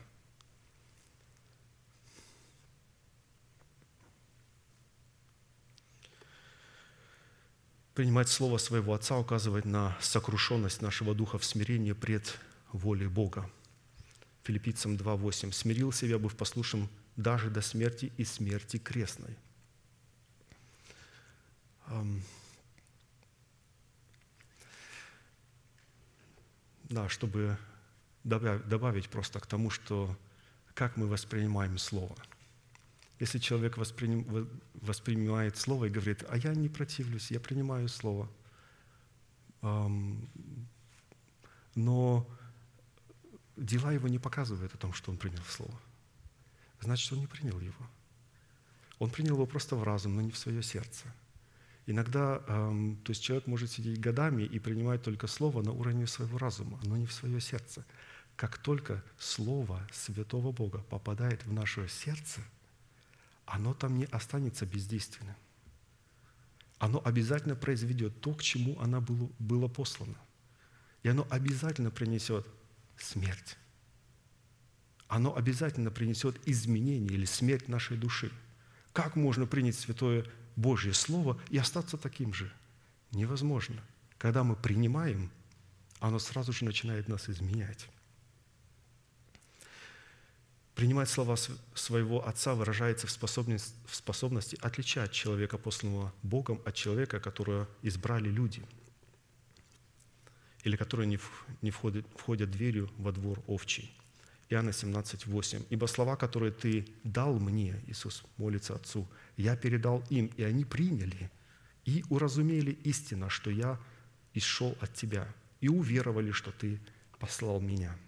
Принимать слово своего Отца указывает на сокрушенность нашего духа в смирении пред волей Бога. Филиппийцам 2:8. «Смирил себя, быв послушным даже до смерти и смерти крестной». Да, чтобы добавить просто к тому, что как мы воспринимаем Слово. Если человек воспринимает Слово и говорит, а я не противлюсь, я принимаю Слово, но дела его не показывают о том, что он принял Слово, значит, он не принял его. Он принял его просто в разум, но не в свое сердце. Иногда, то есть человек может сидеть годами и принимать только Слово на уровне своего разума, но не в свое сердце. Как только Слово Святого Бога попадает в наше сердце, оно там не останется бездейственным. Оно обязательно произведет то, к чему оно было послано. И оно обязательно принесет смерть. Оно обязательно принесет изменение или смерть нашей души. Как можно принять Святое Божье Слово и остаться таким же? Невозможно. Когда мы принимаем, оно сразу же начинает нас изменять. Принимать слова своего Отца выражается в способности отличать человека, посланного Богом, от человека, которого избрали люди, или которые не входят дверью во двор овчий. Иоанна 17:8. «Ибо слова, которые Ты дал мне, Иисус молится Отцу, я передал им, и они приняли, и уразумели истинно, что я исшел от Тебя, и уверовали, что Ты послал Меня».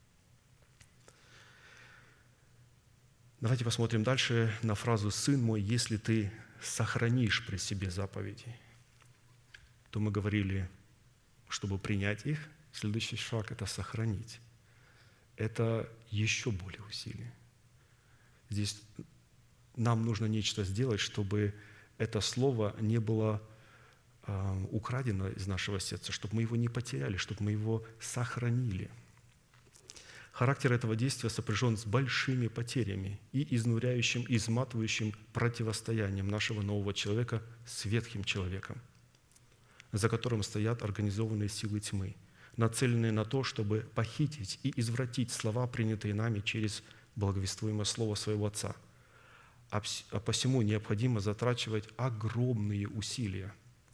Давайте посмотрим дальше на фразу «Сын мой, если ты сохранишь при себе заповеди», то мы говорили, чтобы принять их, следующий шаг – это сохранить. Это еще более усилие. Здесь нам нужно нечто сделать, чтобы это слово не было украдено из нашего сердца, чтобы мы его не потеряли, чтобы мы его сохранили. Характер этого действия сопряжен с большими потерями и изнуряющим, изматывающим противостоянием нашего нового человека с ветхим человеком, за которым стоят организованные силы тьмы, нацеленные на то, чтобы похитить и извратить слова, принятые нами через благовествуемое слово своего Отца. А посему необходимо затрачивать огромные усилия.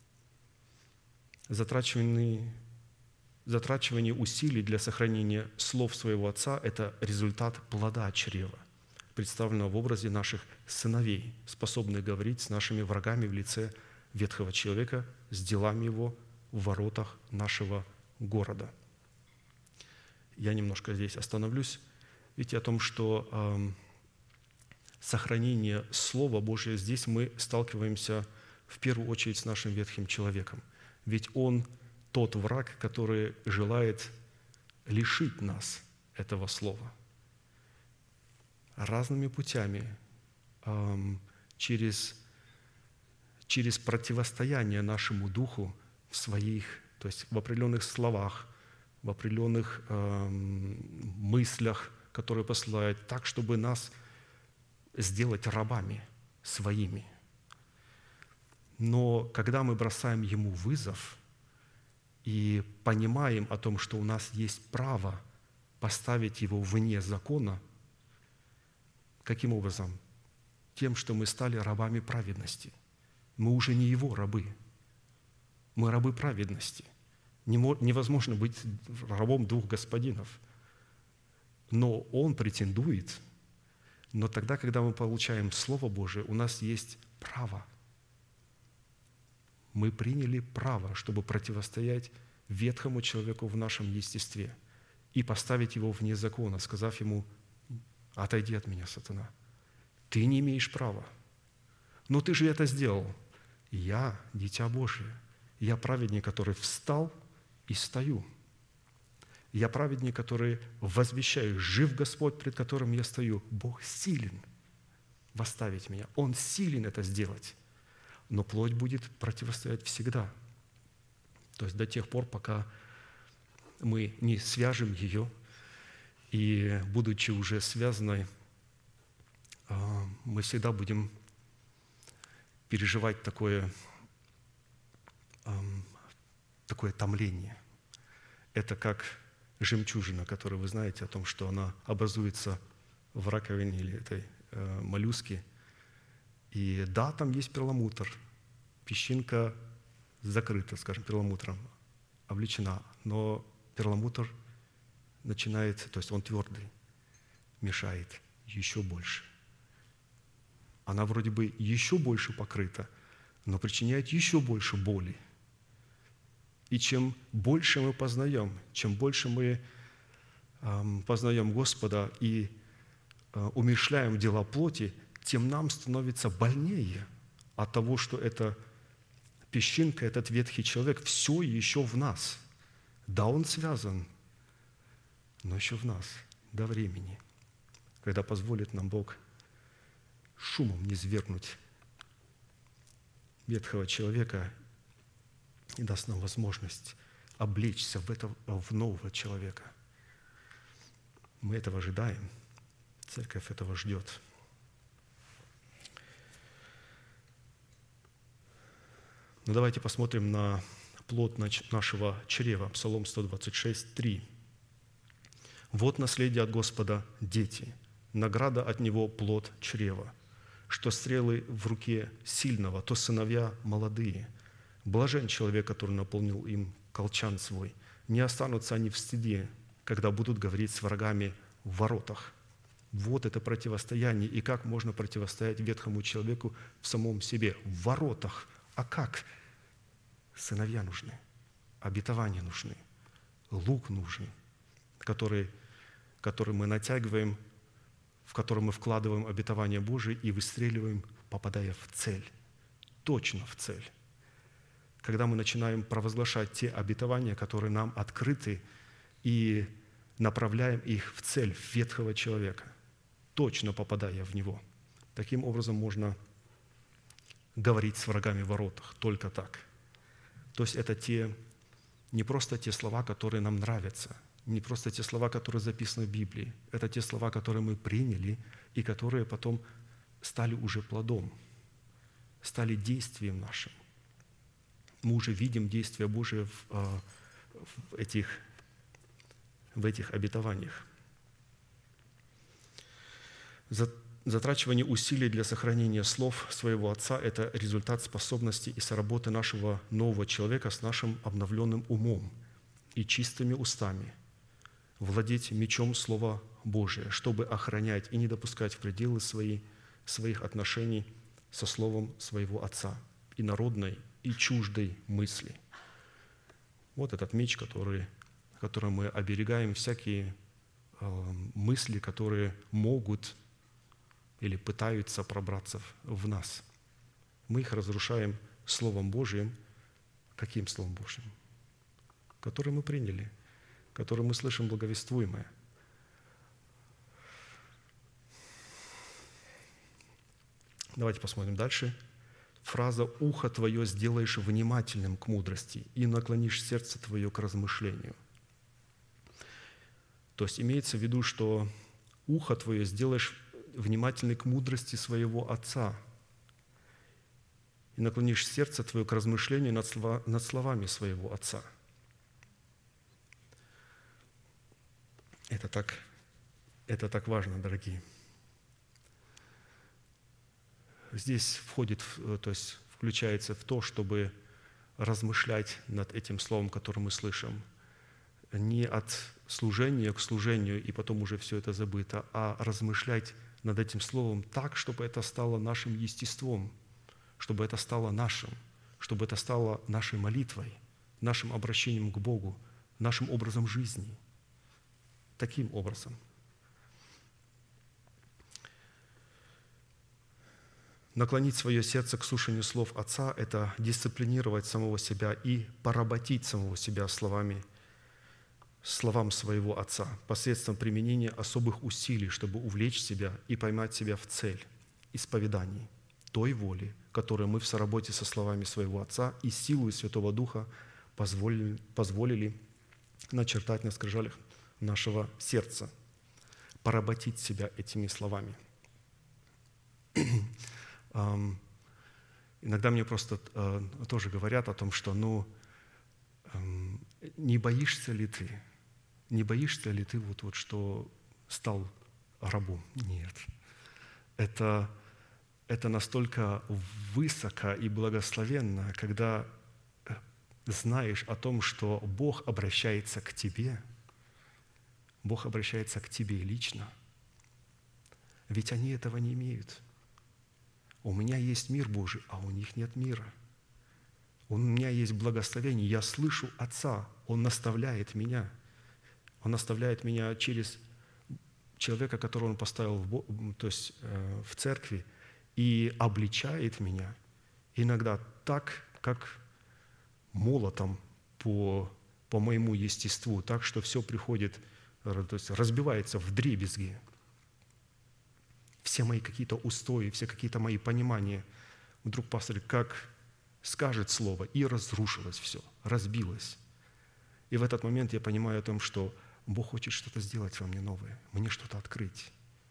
Затрачивание усилий для сохранения слов своего Отца – это результат плода чрева, представленного в образе наших сыновей, способных говорить с нашими врагами в лице ветхого человека, с делами его в воротах нашего города. Я немножко здесь остановлюсь. Видите, о том, что сохранение Слова Божия, здесь мы сталкиваемся в первую очередь с нашим ветхим человеком. Ведь он тот враг, который желает лишить нас этого Слова разными путями, через противостояние нашему духу в своих, то есть в определенных словах, в определенных мыслях, которые посылает, так, чтобы нас сделать рабами своими. Но когда мы бросаем ему вызов и понимаем о том, что у нас есть право поставить его вне закона, каким образом? Тем, что мы стали рабами праведности. Мы уже не его рабы, мы рабы праведности. Невозможно быть рабом двух господинов. Но он претендует. Но тогда, когда мы получаем Слово Божие, у нас есть право. Мы приняли право, чтобы противостоять ветхому человеку в нашем естестве и поставить его вне закона, сказав ему: «Отойди от меня, сатана, ты не имеешь права». Но ты же это сделал. Я дитя Божие, я праведник, который встал и стою. Я праведник, который возвещаю: жив Господь, пред которым я стою. Бог силен восставить меня. Он силен это сделать. Но плоть будет противостоять всегда. То есть до тех пор, пока мы не свяжем ее, и, будучи уже связанной, мы всегда будем переживать такое томление. Это как жемчужина, которую вы знаете о том, что она образуется в раковине или этой моллюске. И да, там есть перламутр. Песчинка закрыта, скажем, перламутром, облечена. Но перламутр начинает, то есть он твердый, мешает еще больше. Она вроде бы еще больше покрыта, но причиняет еще больше боли. И чем больше мы познаем, чем больше мы познаем Господа и умерщвляем дела плоти, тем нам становится больнее от того, что эта песчинка, этот ветхий человек все еще в нас. Да, он связан, но еще в нас до времени, когда позволит нам Бог шумом низвергнуть ветхого человека и даст нам возможность облечься в нового человека. Мы этого ожидаем, церковь этого ждет. Но давайте посмотрим на плод нашего чрева. Псалом 126, 3. «Вот наследие от Господа – дети, награда от Него – плод чрева. Что стрелы в руке сильного, то сыновья молодые. Блажен человек, который наполнил им колчан свой. Не останутся они в стыде, когда будут говорить с врагами в воротах». Вот это противостояние. И как можно противостоять ветхому человеку в самом себе? В воротах. А как? Сыновья нужны, обетования нужны, лук нужен, который мы натягиваем, в который мы вкладываем обетование Божие и выстреливаем, попадая в цель, точно в цель. Когда мы начинаем провозглашать те обетования, которые нам открыты, и направляем их в цель ветхого человека, точно попадая в него. Таким образом можно говорить с врагами в воротах, только так. То есть это не просто те слова, которые нам нравятся, не просто те слова, которые записаны в Библии. Это те слова, которые мы приняли и которые потом стали уже плодом, стали действием нашим. Мы уже видим действия Божие в этих обетованиях. Затрачивание усилий для сохранения слов своего Отца – это результат способности и соработы нашего нового человека с нашим обновленным умом и чистыми устами, владеть мечом Слова Божия, чтобы охранять и не допускать в пределы своих отношений со Словом своего Отца, инородной и чуждой мысли. Вот этот меч, которым мы оберегаем всякие мысли, которые могут или пытаются пробраться в нас. Мы их разрушаем Словом Божьим. Каким Словом Божьим? Которое мы приняли, которое мы слышим благовествуемое. Давайте посмотрим дальше. Фраза «ухо твое сделаешь внимательным к мудрости и наклонишь сердце твое к размышлению». То есть имеется в виду, что ухо твое сделаешь внимательным к мудрости своего Отца и наклонишь сердце твое к размышлению над словами своего Отца. Это так важно, дорогие. Здесь включается в то, чтобы размышлять над этим словом, которое мы слышим, не от служения к служению, и потом уже все это забыто, а размышлять над этим словом так, чтобы это стало нашим естеством, чтобы это стало нашим, чтобы это стало нашей молитвой, нашим обращением к Богу, нашим образом жизни. Таким образом. Наклонить свое сердце к слушанию слов Отца – это дисциплинировать самого себя и поработить самого себя словам своего Отца посредством применения особых усилий, чтобы увлечь себя и поймать себя в цель исповеданий той воли, которую мы в соработе со словами своего Отца и силой Святого Духа позволили начертать на скрижалях нашего сердца, поработить себя этими словами. Иногда мне просто тоже говорят о том, что не боишься ли ты, что стал рабом? Нет. Это настолько высоко и благословенно, когда знаешь о том, что Бог обращается к тебе. Бог обращается к тебе лично. Ведь они этого не имеют. У меня есть мир Божий, а у них нет мира. У меня есть благословение. Я слышу Отца. Он наставляет меня. Он наставляет меня через человека, которого Он поставил в церкви, и обличает меня иногда так, как молотом по моему естеству, так, что все приходит, то есть разбивается вдребезги. Все мои какие-то устои, все какие-то мои понимания. Вдруг пастор как скажет слово, и разрушилось все, разбилось. И в этот момент я понимаю о том, что Бог хочет что-то сделать во мне новое, мне что-то открыть.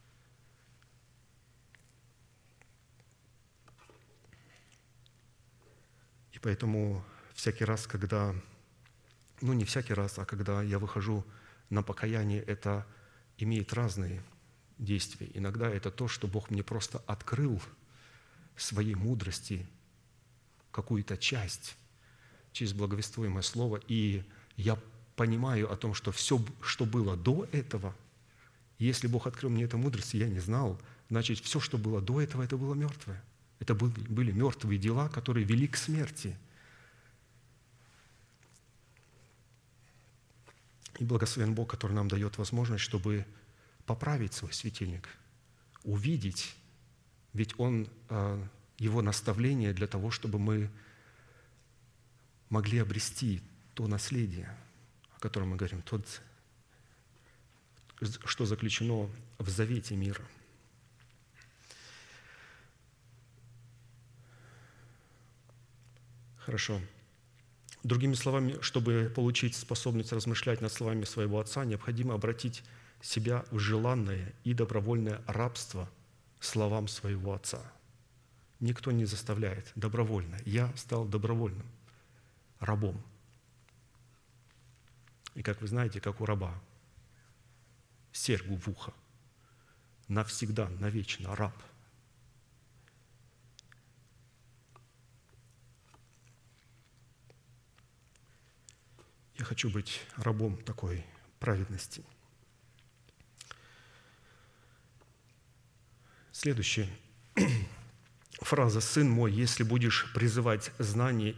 И поэтому всякий раз, когда, не всякий раз, а когда я выхожу на покаяние, это имеет разные действия. Иногда это то, что Бог мне просто открыл своей мудрости какую-то часть через благовествуемое слово, и я понимаю о том, что все, что было до этого, если Бог открыл мне эту мудрость, я не знал, значит, все, что было до этого, это было мертвое. Это были мертвые дела, которые вели к смерти. И благословен Бог, который нам дает возможность, чтобы поправить свой светильник, увидеть, ведь его наставление для того, чтобы мы могли обрести то наследие, о котором мы говорим, что заключено в завете мира. Хорошо. Другими словами, чтобы получить способность размышлять над словами своего Отца, необходимо обратить себя в желанное и добровольное рабство словам своего Отца. Никто не заставляет добровольно. Я стал добровольным рабом. И как вы знаете, как у раба, серьгу в ухо, навсегда, навечно раб. Я хочу быть рабом такой праведности. Следующая фраза: «Сын мой, если будешь призывать знания,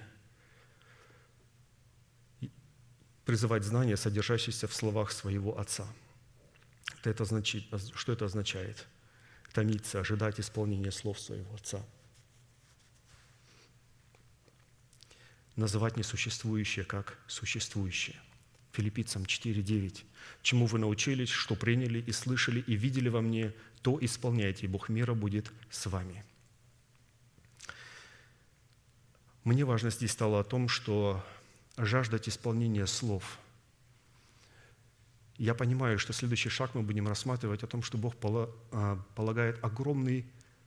содержащиеся в словах своего Отца». Что это означает? Томиться, ожидать исполнения слов своего Отца. Называть несуществующее как существующее. Филиппийцам 4:9. «Чему вы научились, что приняли и слышали, и видели во мне, то исполняйте, и Бог мира будет с вами». Мне важно здесь стало о том, что жаждать исполнения слов. Я понимаю, что следующий шаг мы будем рассматривать о том, что Бог полагает огромную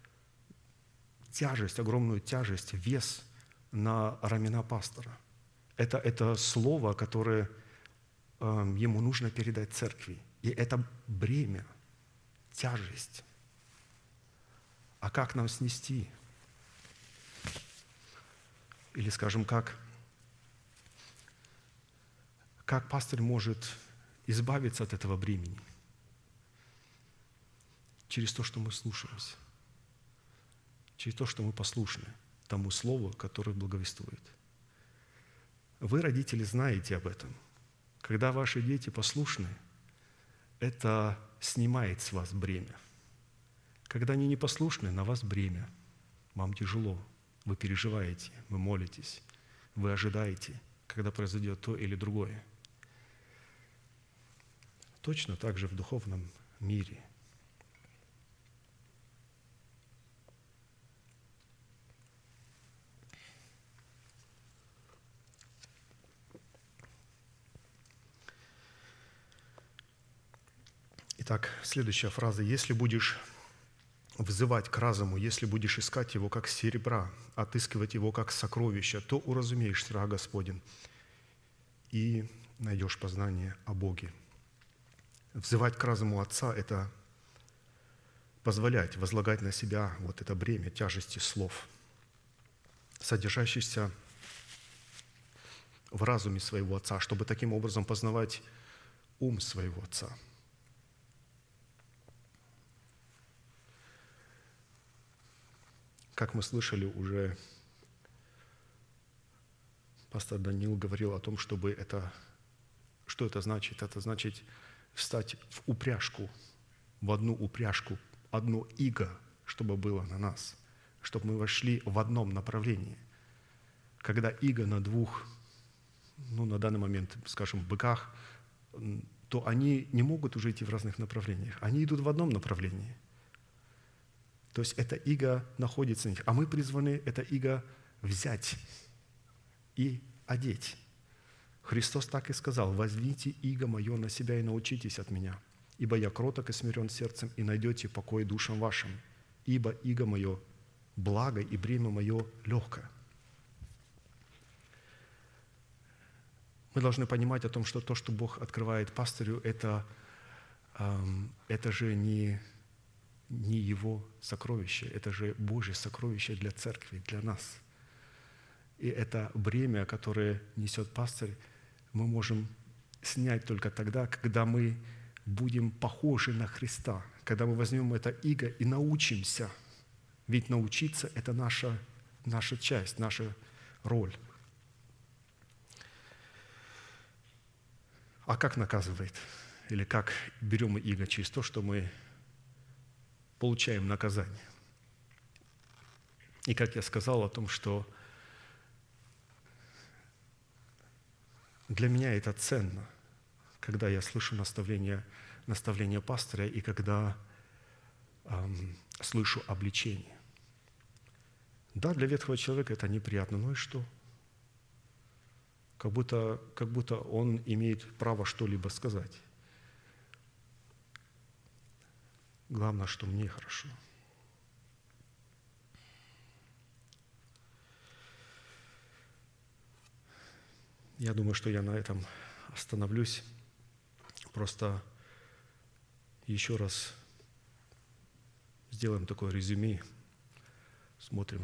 тяжесть, вес на рамена пастора. Это слово, которое ему нужно передать церкви. И это бремя, тяжесть. А как нам снести? Или, скажем, как пастырь может избавиться от этого бремени? Через то, что мы слушаемся. Через то, что мы послушны тому слову, которое благовествует. Вы, родители, знаете об этом. Когда ваши дети послушны, это снимает с вас бремя. Когда они непослушны, на вас бремя. Вам тяжело, вы переживаете, вы молитесь, вы ожидаете, когда произойдет то или другое. Точно так же в духовном мире. Итак, следующая фраза. «Если будешь взывать к разуму, если будешь искать его, как серебра, отыскивать его, как сокровища, то уразумеешь страх Господень и найдешь познание о Боге». Взывать к разуму Отца – это позволять, возлагать на себя вот это бремя тяжести слов, содержащихся в разуме своего Отца, чтобы таким образом познавать ум своего Отца. Как мы слышали уже, пастор Даниил говорил о том, что это значит? Это значит встать в упряжку, в одну упряжку, одно иго, чтобы было на нас, чтобы мы вошли в одном направлении. Когда иго на двух, на данный момент, скажем, быках, то они не могут уже идти в разных направлениях. Они идут в одном направлении. То есть это иго находится в них. А мы призваны это иго взять и одеть. Христос так и сказал: «Возьмите иго мое на себя и научитесь от меня, ибо я кроток и смирен сердцем, и найдете покой душам вашим, ибо иго мое благо и бремя мое легкое». Мы должны понимать о том, что то, что Бог открывает пастырю, это же не Его сокровище, это же Божье сокровище для церкви, для нас. И это бремя, которое несет пастырь, мы можем снять только тогда, когда мы будем похожи на Христа, когда мы возьмем это иго и научимся. Ведь научиться – это наша часть, наша роль. А как наказывает? Или как берем иго? Через то, что мы получаем наказание. И как я сказал о том, что для меня это ценно, когда я слышу наставление пастыря и когда слышу обличение. Да, для ветхого человека это неприятно, ну и что? как будто он имеет право что-либо сказать. Главное, что мне хорошо. Я думаю, что я на этом остановлюсь. Просто еще раз сделаем такое резюме. Смотрим,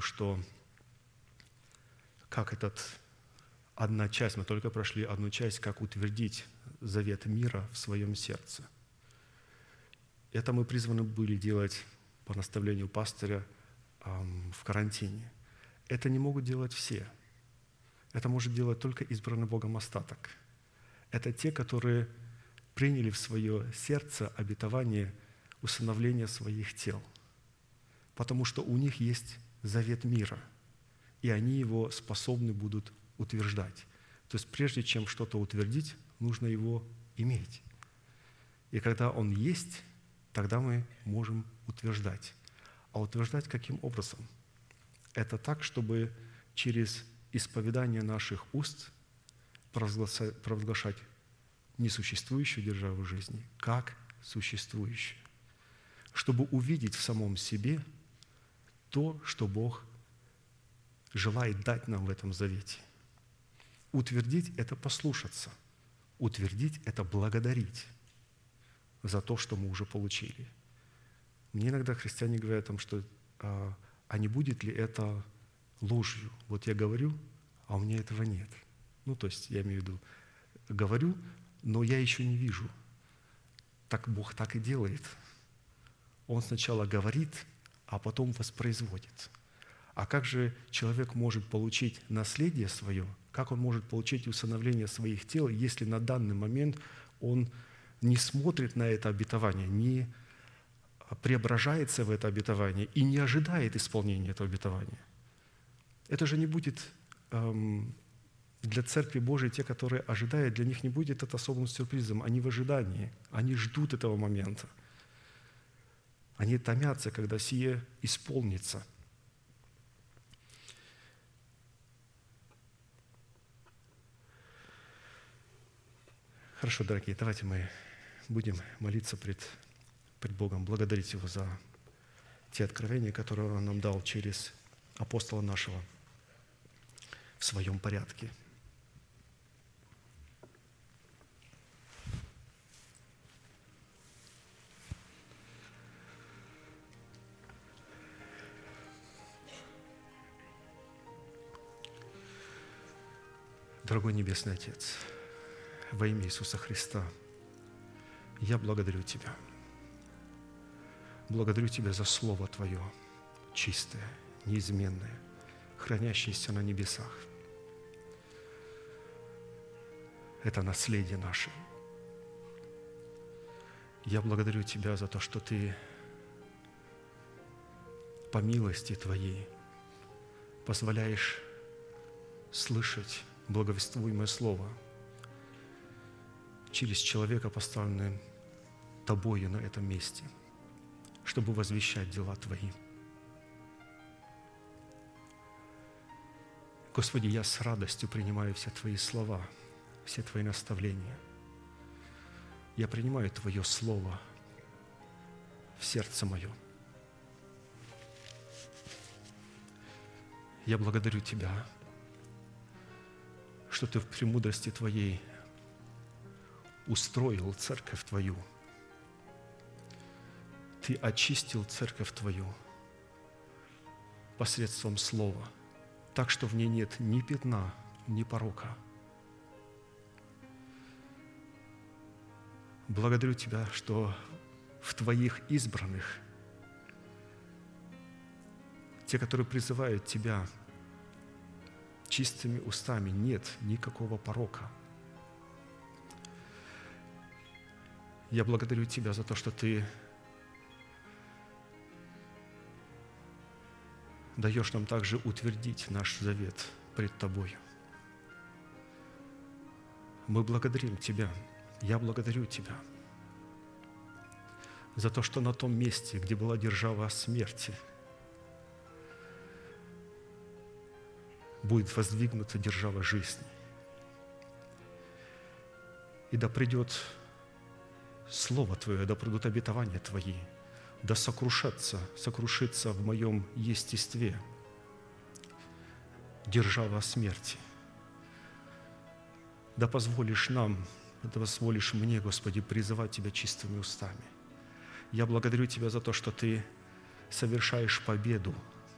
как одна часть, мы только прошли одну часть, как утвердить завет мира в своем сердце. Это мы призваны были делать по наставлению пастыря в карантине. Это не могут делать все. Это может делать только избранный Богом остаток. Это те, которые приняли в свое сердце обетование усыновления своих тел, потому что у них есть завет мира, и они его способны будут утверждать. То есть прежде чем что-то утвердить, нужно его иметь. И когда он есть, тогда мы можем утверждать. А утверждать каким образом? Это так, чтобы через исповедание наших уст провозглашать несуществующую державу жизни как существующую, чтобы увидеть в самом себе то, что Бог желает дать нам в этом завете. Утвердить – это послушаться. Утвердить – это благодарить за то, что мы уже получили. Мне иногда христиане говорят о том, что а не будет ли это ложью? Вот я говорю, а у меня этого нет. То есть я имею в виду, говорю, но я еще не вижу. Так Бог так и делает. Он сначала говорит, а потом воспроизводит. А как же человек может получить наследие свое, как он может получить усыновление своих тел, если на данный момент он не смотрит на это обетование, не преображается в это обетование и не ожидает исполнения этого обетования? Это же не будет для Церкви Божией, те, которые ожидают, для них не будет это особым сюрпризом. Они в ожидании, они ждут этого момента. Они томятся, когда сие исполнится. Хорошо, дорогие, давайте мы будем молиться пред Богом, благодарить Его за те откровения, которые Он нам дал через апостола нашего в своем порядке. Дорогой Небесный Отец, во имя Иисуса Христа, я благодарю Тебя. Благодарю Тебя за Слово Твое, чистое, неизменное, хранящееся на небесах. Это наследие наше. Я благодарю Тебя за то, что Ты по милости Твоей позволяешь слышать благовествуемое Слово через человека, поставленного Тобою на этом месте, чтобы возвещать дела Твои. Господи, я с радостью принимаю все Твои слова, все Твои наставления. Я принимаю Твое Слово в сердце мое. Я благодарю Тебя, что Ты в премудрости Твоей устроил церковь Твою. Ты очистил церковь Твою посредством Слова, так что в ней нет ни пятна, ни порока. Благодарю Тебя, что в Твоих избранных, те, которые призывают Тебя чистыми устами, нет никакого порока. Я благодарю Тебя за то, что Ты даешь нам также утвердить наш завет пред Тобою. Мы благодарим Тебя, я благодарю Тебя за то, что на том месте, где была держава смерти, будет воздвигнута держава жизни. И да придет Слово Твое, да придут обетования Твои, да сокрушится в моем естестве держава смерти. Да позволишь нам, да позволишь мне, Господи, призывать Тебя чистыми устами. Я благодарю Тебя за то, что Ты совершаешь победу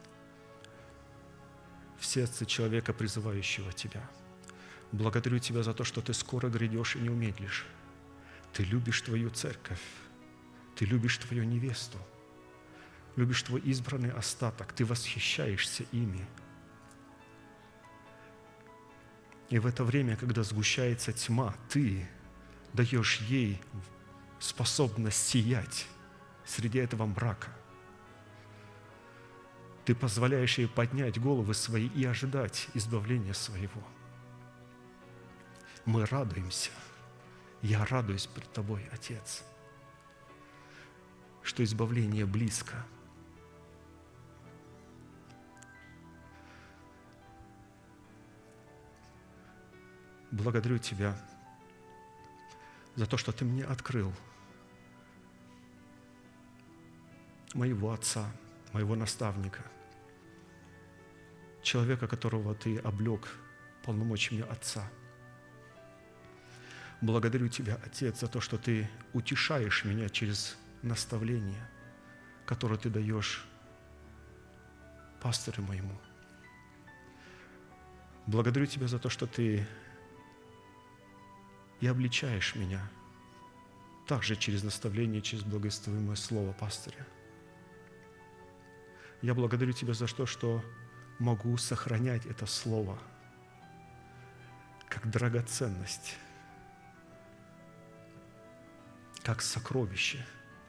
в сердце человека, призывающего Тебя. Благодарю Тебя за то, что Ты скоро грядешь и не умедлишь. Ты любишь Твою церковь, Ты любишь Твою невесту, любишь Твой избранный остаток, Ты восхищаешься ими. И в это время, когда сгущается тьма, Ты даешь ей способность сиять среди этого мрака. Ты позволяешь ей поднять головы свои и ожидать избавления своего. Мы радуемся. Я радуюсь пред Тобой, Отец, что избавление близко. Благодарю Тебя за то, что Ты мне открыл моего отца, моего наставника, человека, которого Ты облег полномочиями Отца. Благодарю Тебя, Отец, за то, что Ты утешаешь меня через наставление, которое Ты даешь пастырю моему. Благодарю Тебя за то, что Ты и обличаешь меня также через наставление, через благословимое слово пастыря. Я благодарю Тебя за то, что могу сохранять это слово как драгоценность, как сокровище.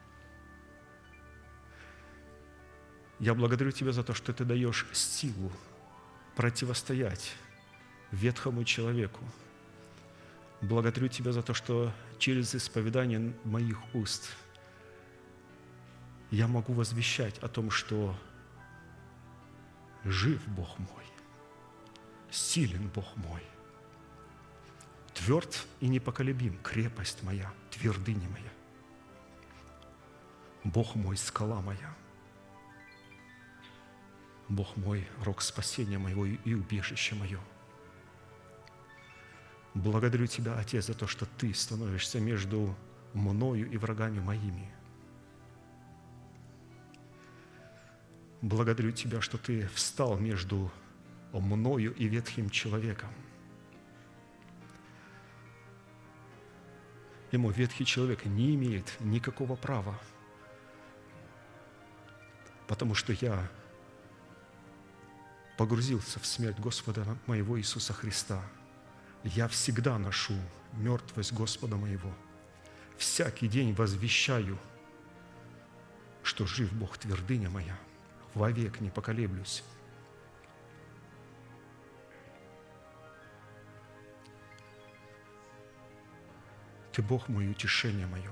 Я благодарю Тебя за то, что Ты даешь силу противостоять ветхому человеку. Благодарю Тебя за то, что через исповедание моих уст я могу возвещать о том, что жив Бог мой, силен Бог мой, тверд и непоколебим крепость моя, твердыня моя, Бог мой, скала моя, Бог мой, рог спасения моего и убежище мое. Благодарю Тебя, Отец, за то, что Ты становишься между мною и врагами моими. Благодарю Тебя, что Ты встал между мною и ветхим человеком. И мой ветхий человек не имеет никакого права, потому что я погрузился в смерть Господа моего Иисуса Христа. Я всегда ношу мертвость Господа моего. Всякий день возвещаю, что жив Бог, твердыня моя, вовек не поколеблюсь. Ты Бог мой, утешение мое.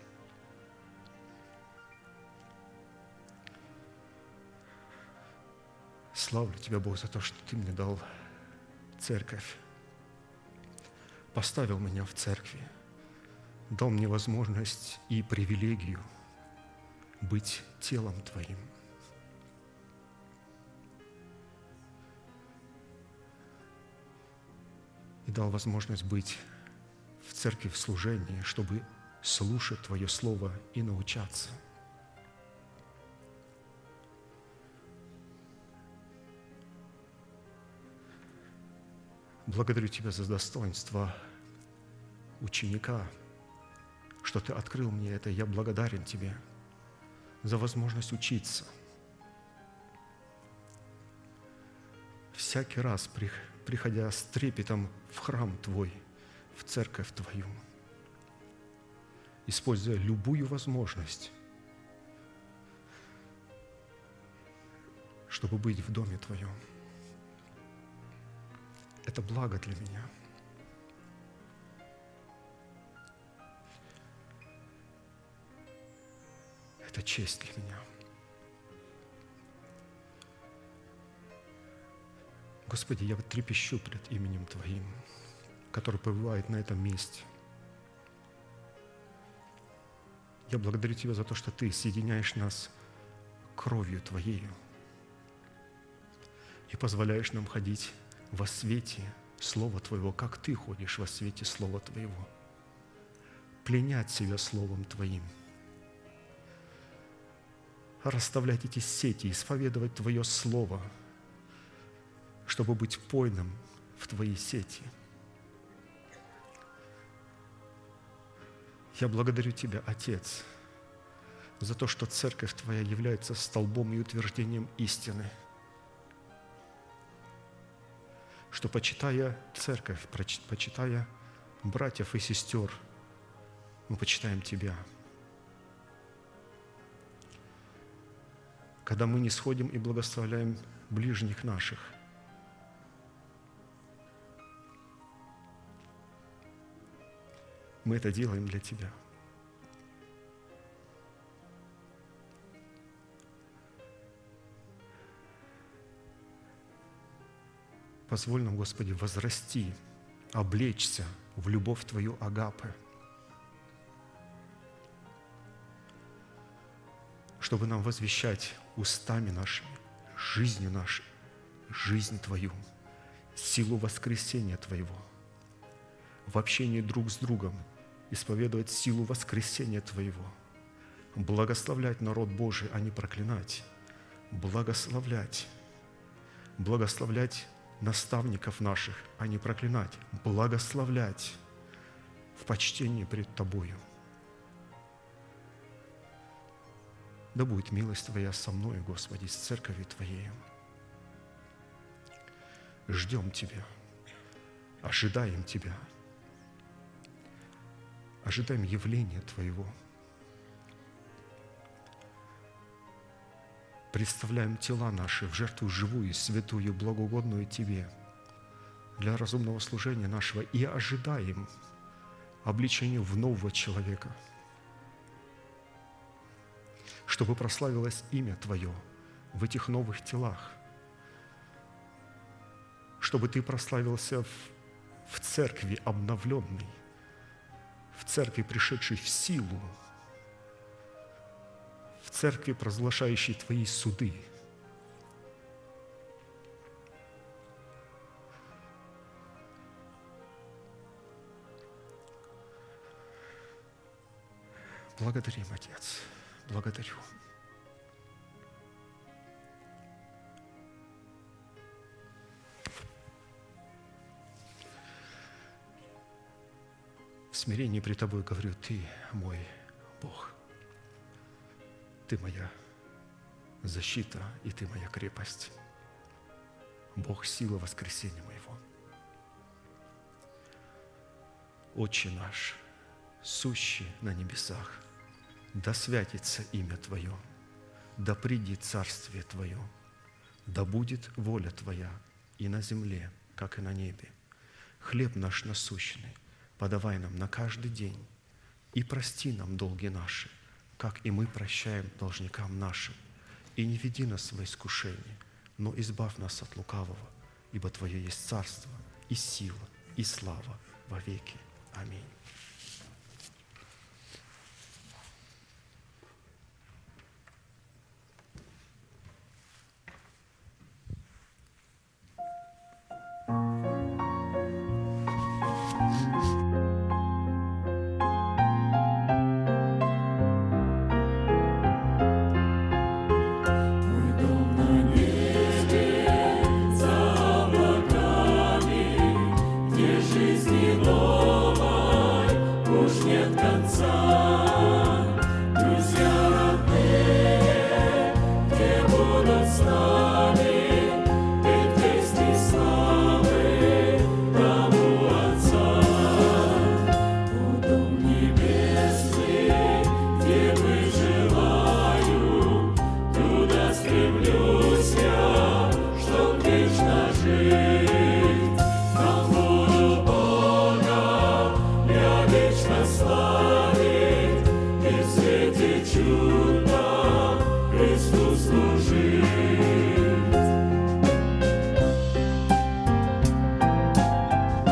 Славлю Тебя, Бог, за то, что Ты мне дал церковь, поставил меня в церкви, дал мне возможность и привилегию быть телом Твоим. И дал возможность быть в церкви в служении, чтобы слушать Твое Слово и научаться. Благодарю Тебя за достоинство ученика, что Ты открыл мне это. Я благодарен Тебе за возможность учиться. Всякий раз, приходя с трепетом в храм Твой, в церковь Твою, используя любую возможность, чтобы быть в доме Твоем. Это благо для меня. Это честь для меня. Господи, я трепещу пред именем Твоим, который пребывает на этом месте. Я благодарю Тебя за то, что Ты соединяешь нас кровью Твоею и позволяешь нам ходить во свете Слова Твоего, как Ты ходишь во свете Слова Твоего, пленять себя Словом Твоим, расставлять эти сети, исповедовать Твое Слово, чтобы быть пойманным в Твои сети. Я благодарю Тебя, Отец, за то, что Церковь Твоя является столбом и утверждением истины, что, почитая Церковь, почитая братьев и сестер, мы почитаем Тебя. Когда мы не сходим и благословляем ближних наших, мы это делаем для Тебя. Позволь нам, Господи, возрасти, облечься в любовь Твою агапы, чтобы нам возвещать устами нашими, жизнью нашей, жизнь Твою, силу воскресения Твоего, в общении друг с другом исповедовать силу воскресения Твоего, благословлять народ Божий, а не проклинать, благословлять наставников наших, а не проклинать, благословлять в почтении пред Тобою. Да будет милость Твоя со мною, Господи, с церковью Твоей. Ждем Тебя, ожидаем Тебя, ожидаем явления Твоего. Представляем тела наши в жертву живую, святую, благоугодную Тебе для разумного служения нашего и ожидаем обличения в нового человека, чтобы прославилось имя Твое в этих новых телах, чтобы Ты прославился в церкви обновленной, в церкви, пришедшей в силу, в церкви, провозглашающей Твои суды. Благодарим, Отец, благодарю. В смирении пред Тобой говорю: Ты мой Бог. Ты моя защита, и Ты моя крепость. Бог, сила воскресения моего. Отче наш, сущий на небесах, да святится имя Твое, да придет царствие Твое, да будет воля Твоя и на земле, как и на небе. Хлеб наш насущный подавай нам на каждый день, и прости нам долги наши, как и мы прощаем должникам нашим. И не веди нас во искушение, но избавь нас от лукавого, ибо Твое есть царство, и сила, и слава во веки. Аминь.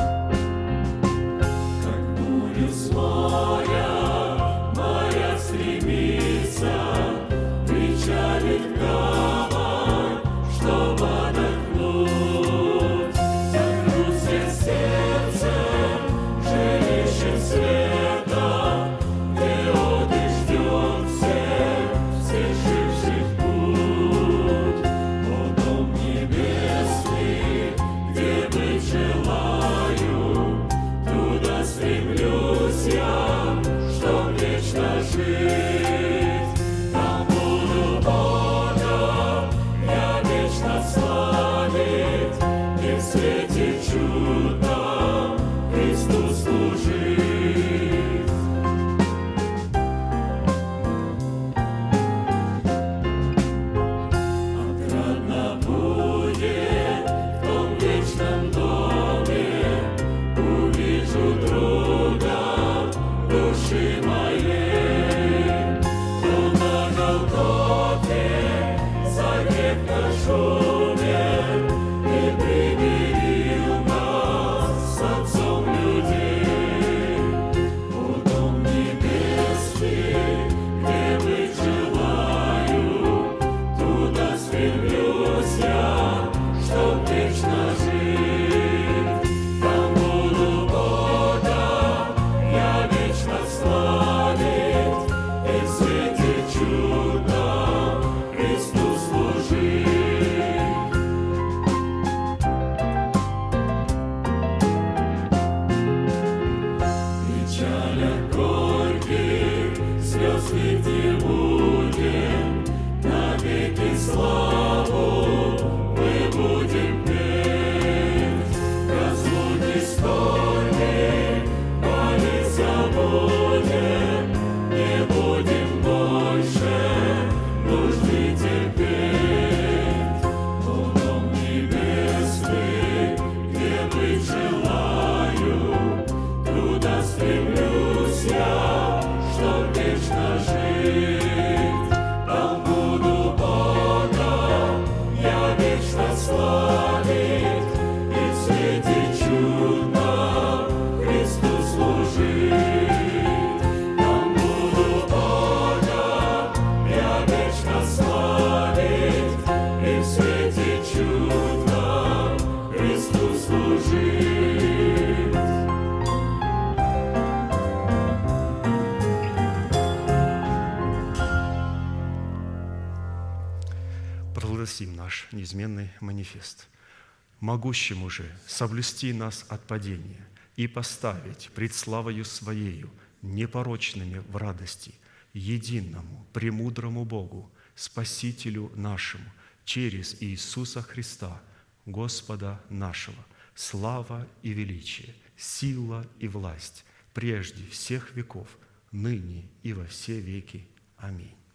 Моя среда. свете будем, навеки славу мы будем петь. Разлуки стольные молиться будем, не будем больше нужды терпеть. О, дом небесный, где быть желаю, туда стремлюсь я, чтоб вечно жить. Там буду Бога я вечно славить и в свете чудном Христу служить. Там буду Бога я вечно славить и в свете чудном Христу служить. Провозгласим наш неизменный манифест. «Могущему же соблюсти нас от падения и поставить пред славою Своею непорочными в радости, единому, премудрому Богу, Спасителю нашему, через Иисуса Христа, Господа нашего, слава и величие, сила и власть, прежде всех веков, ныне и во все веки. Аминь».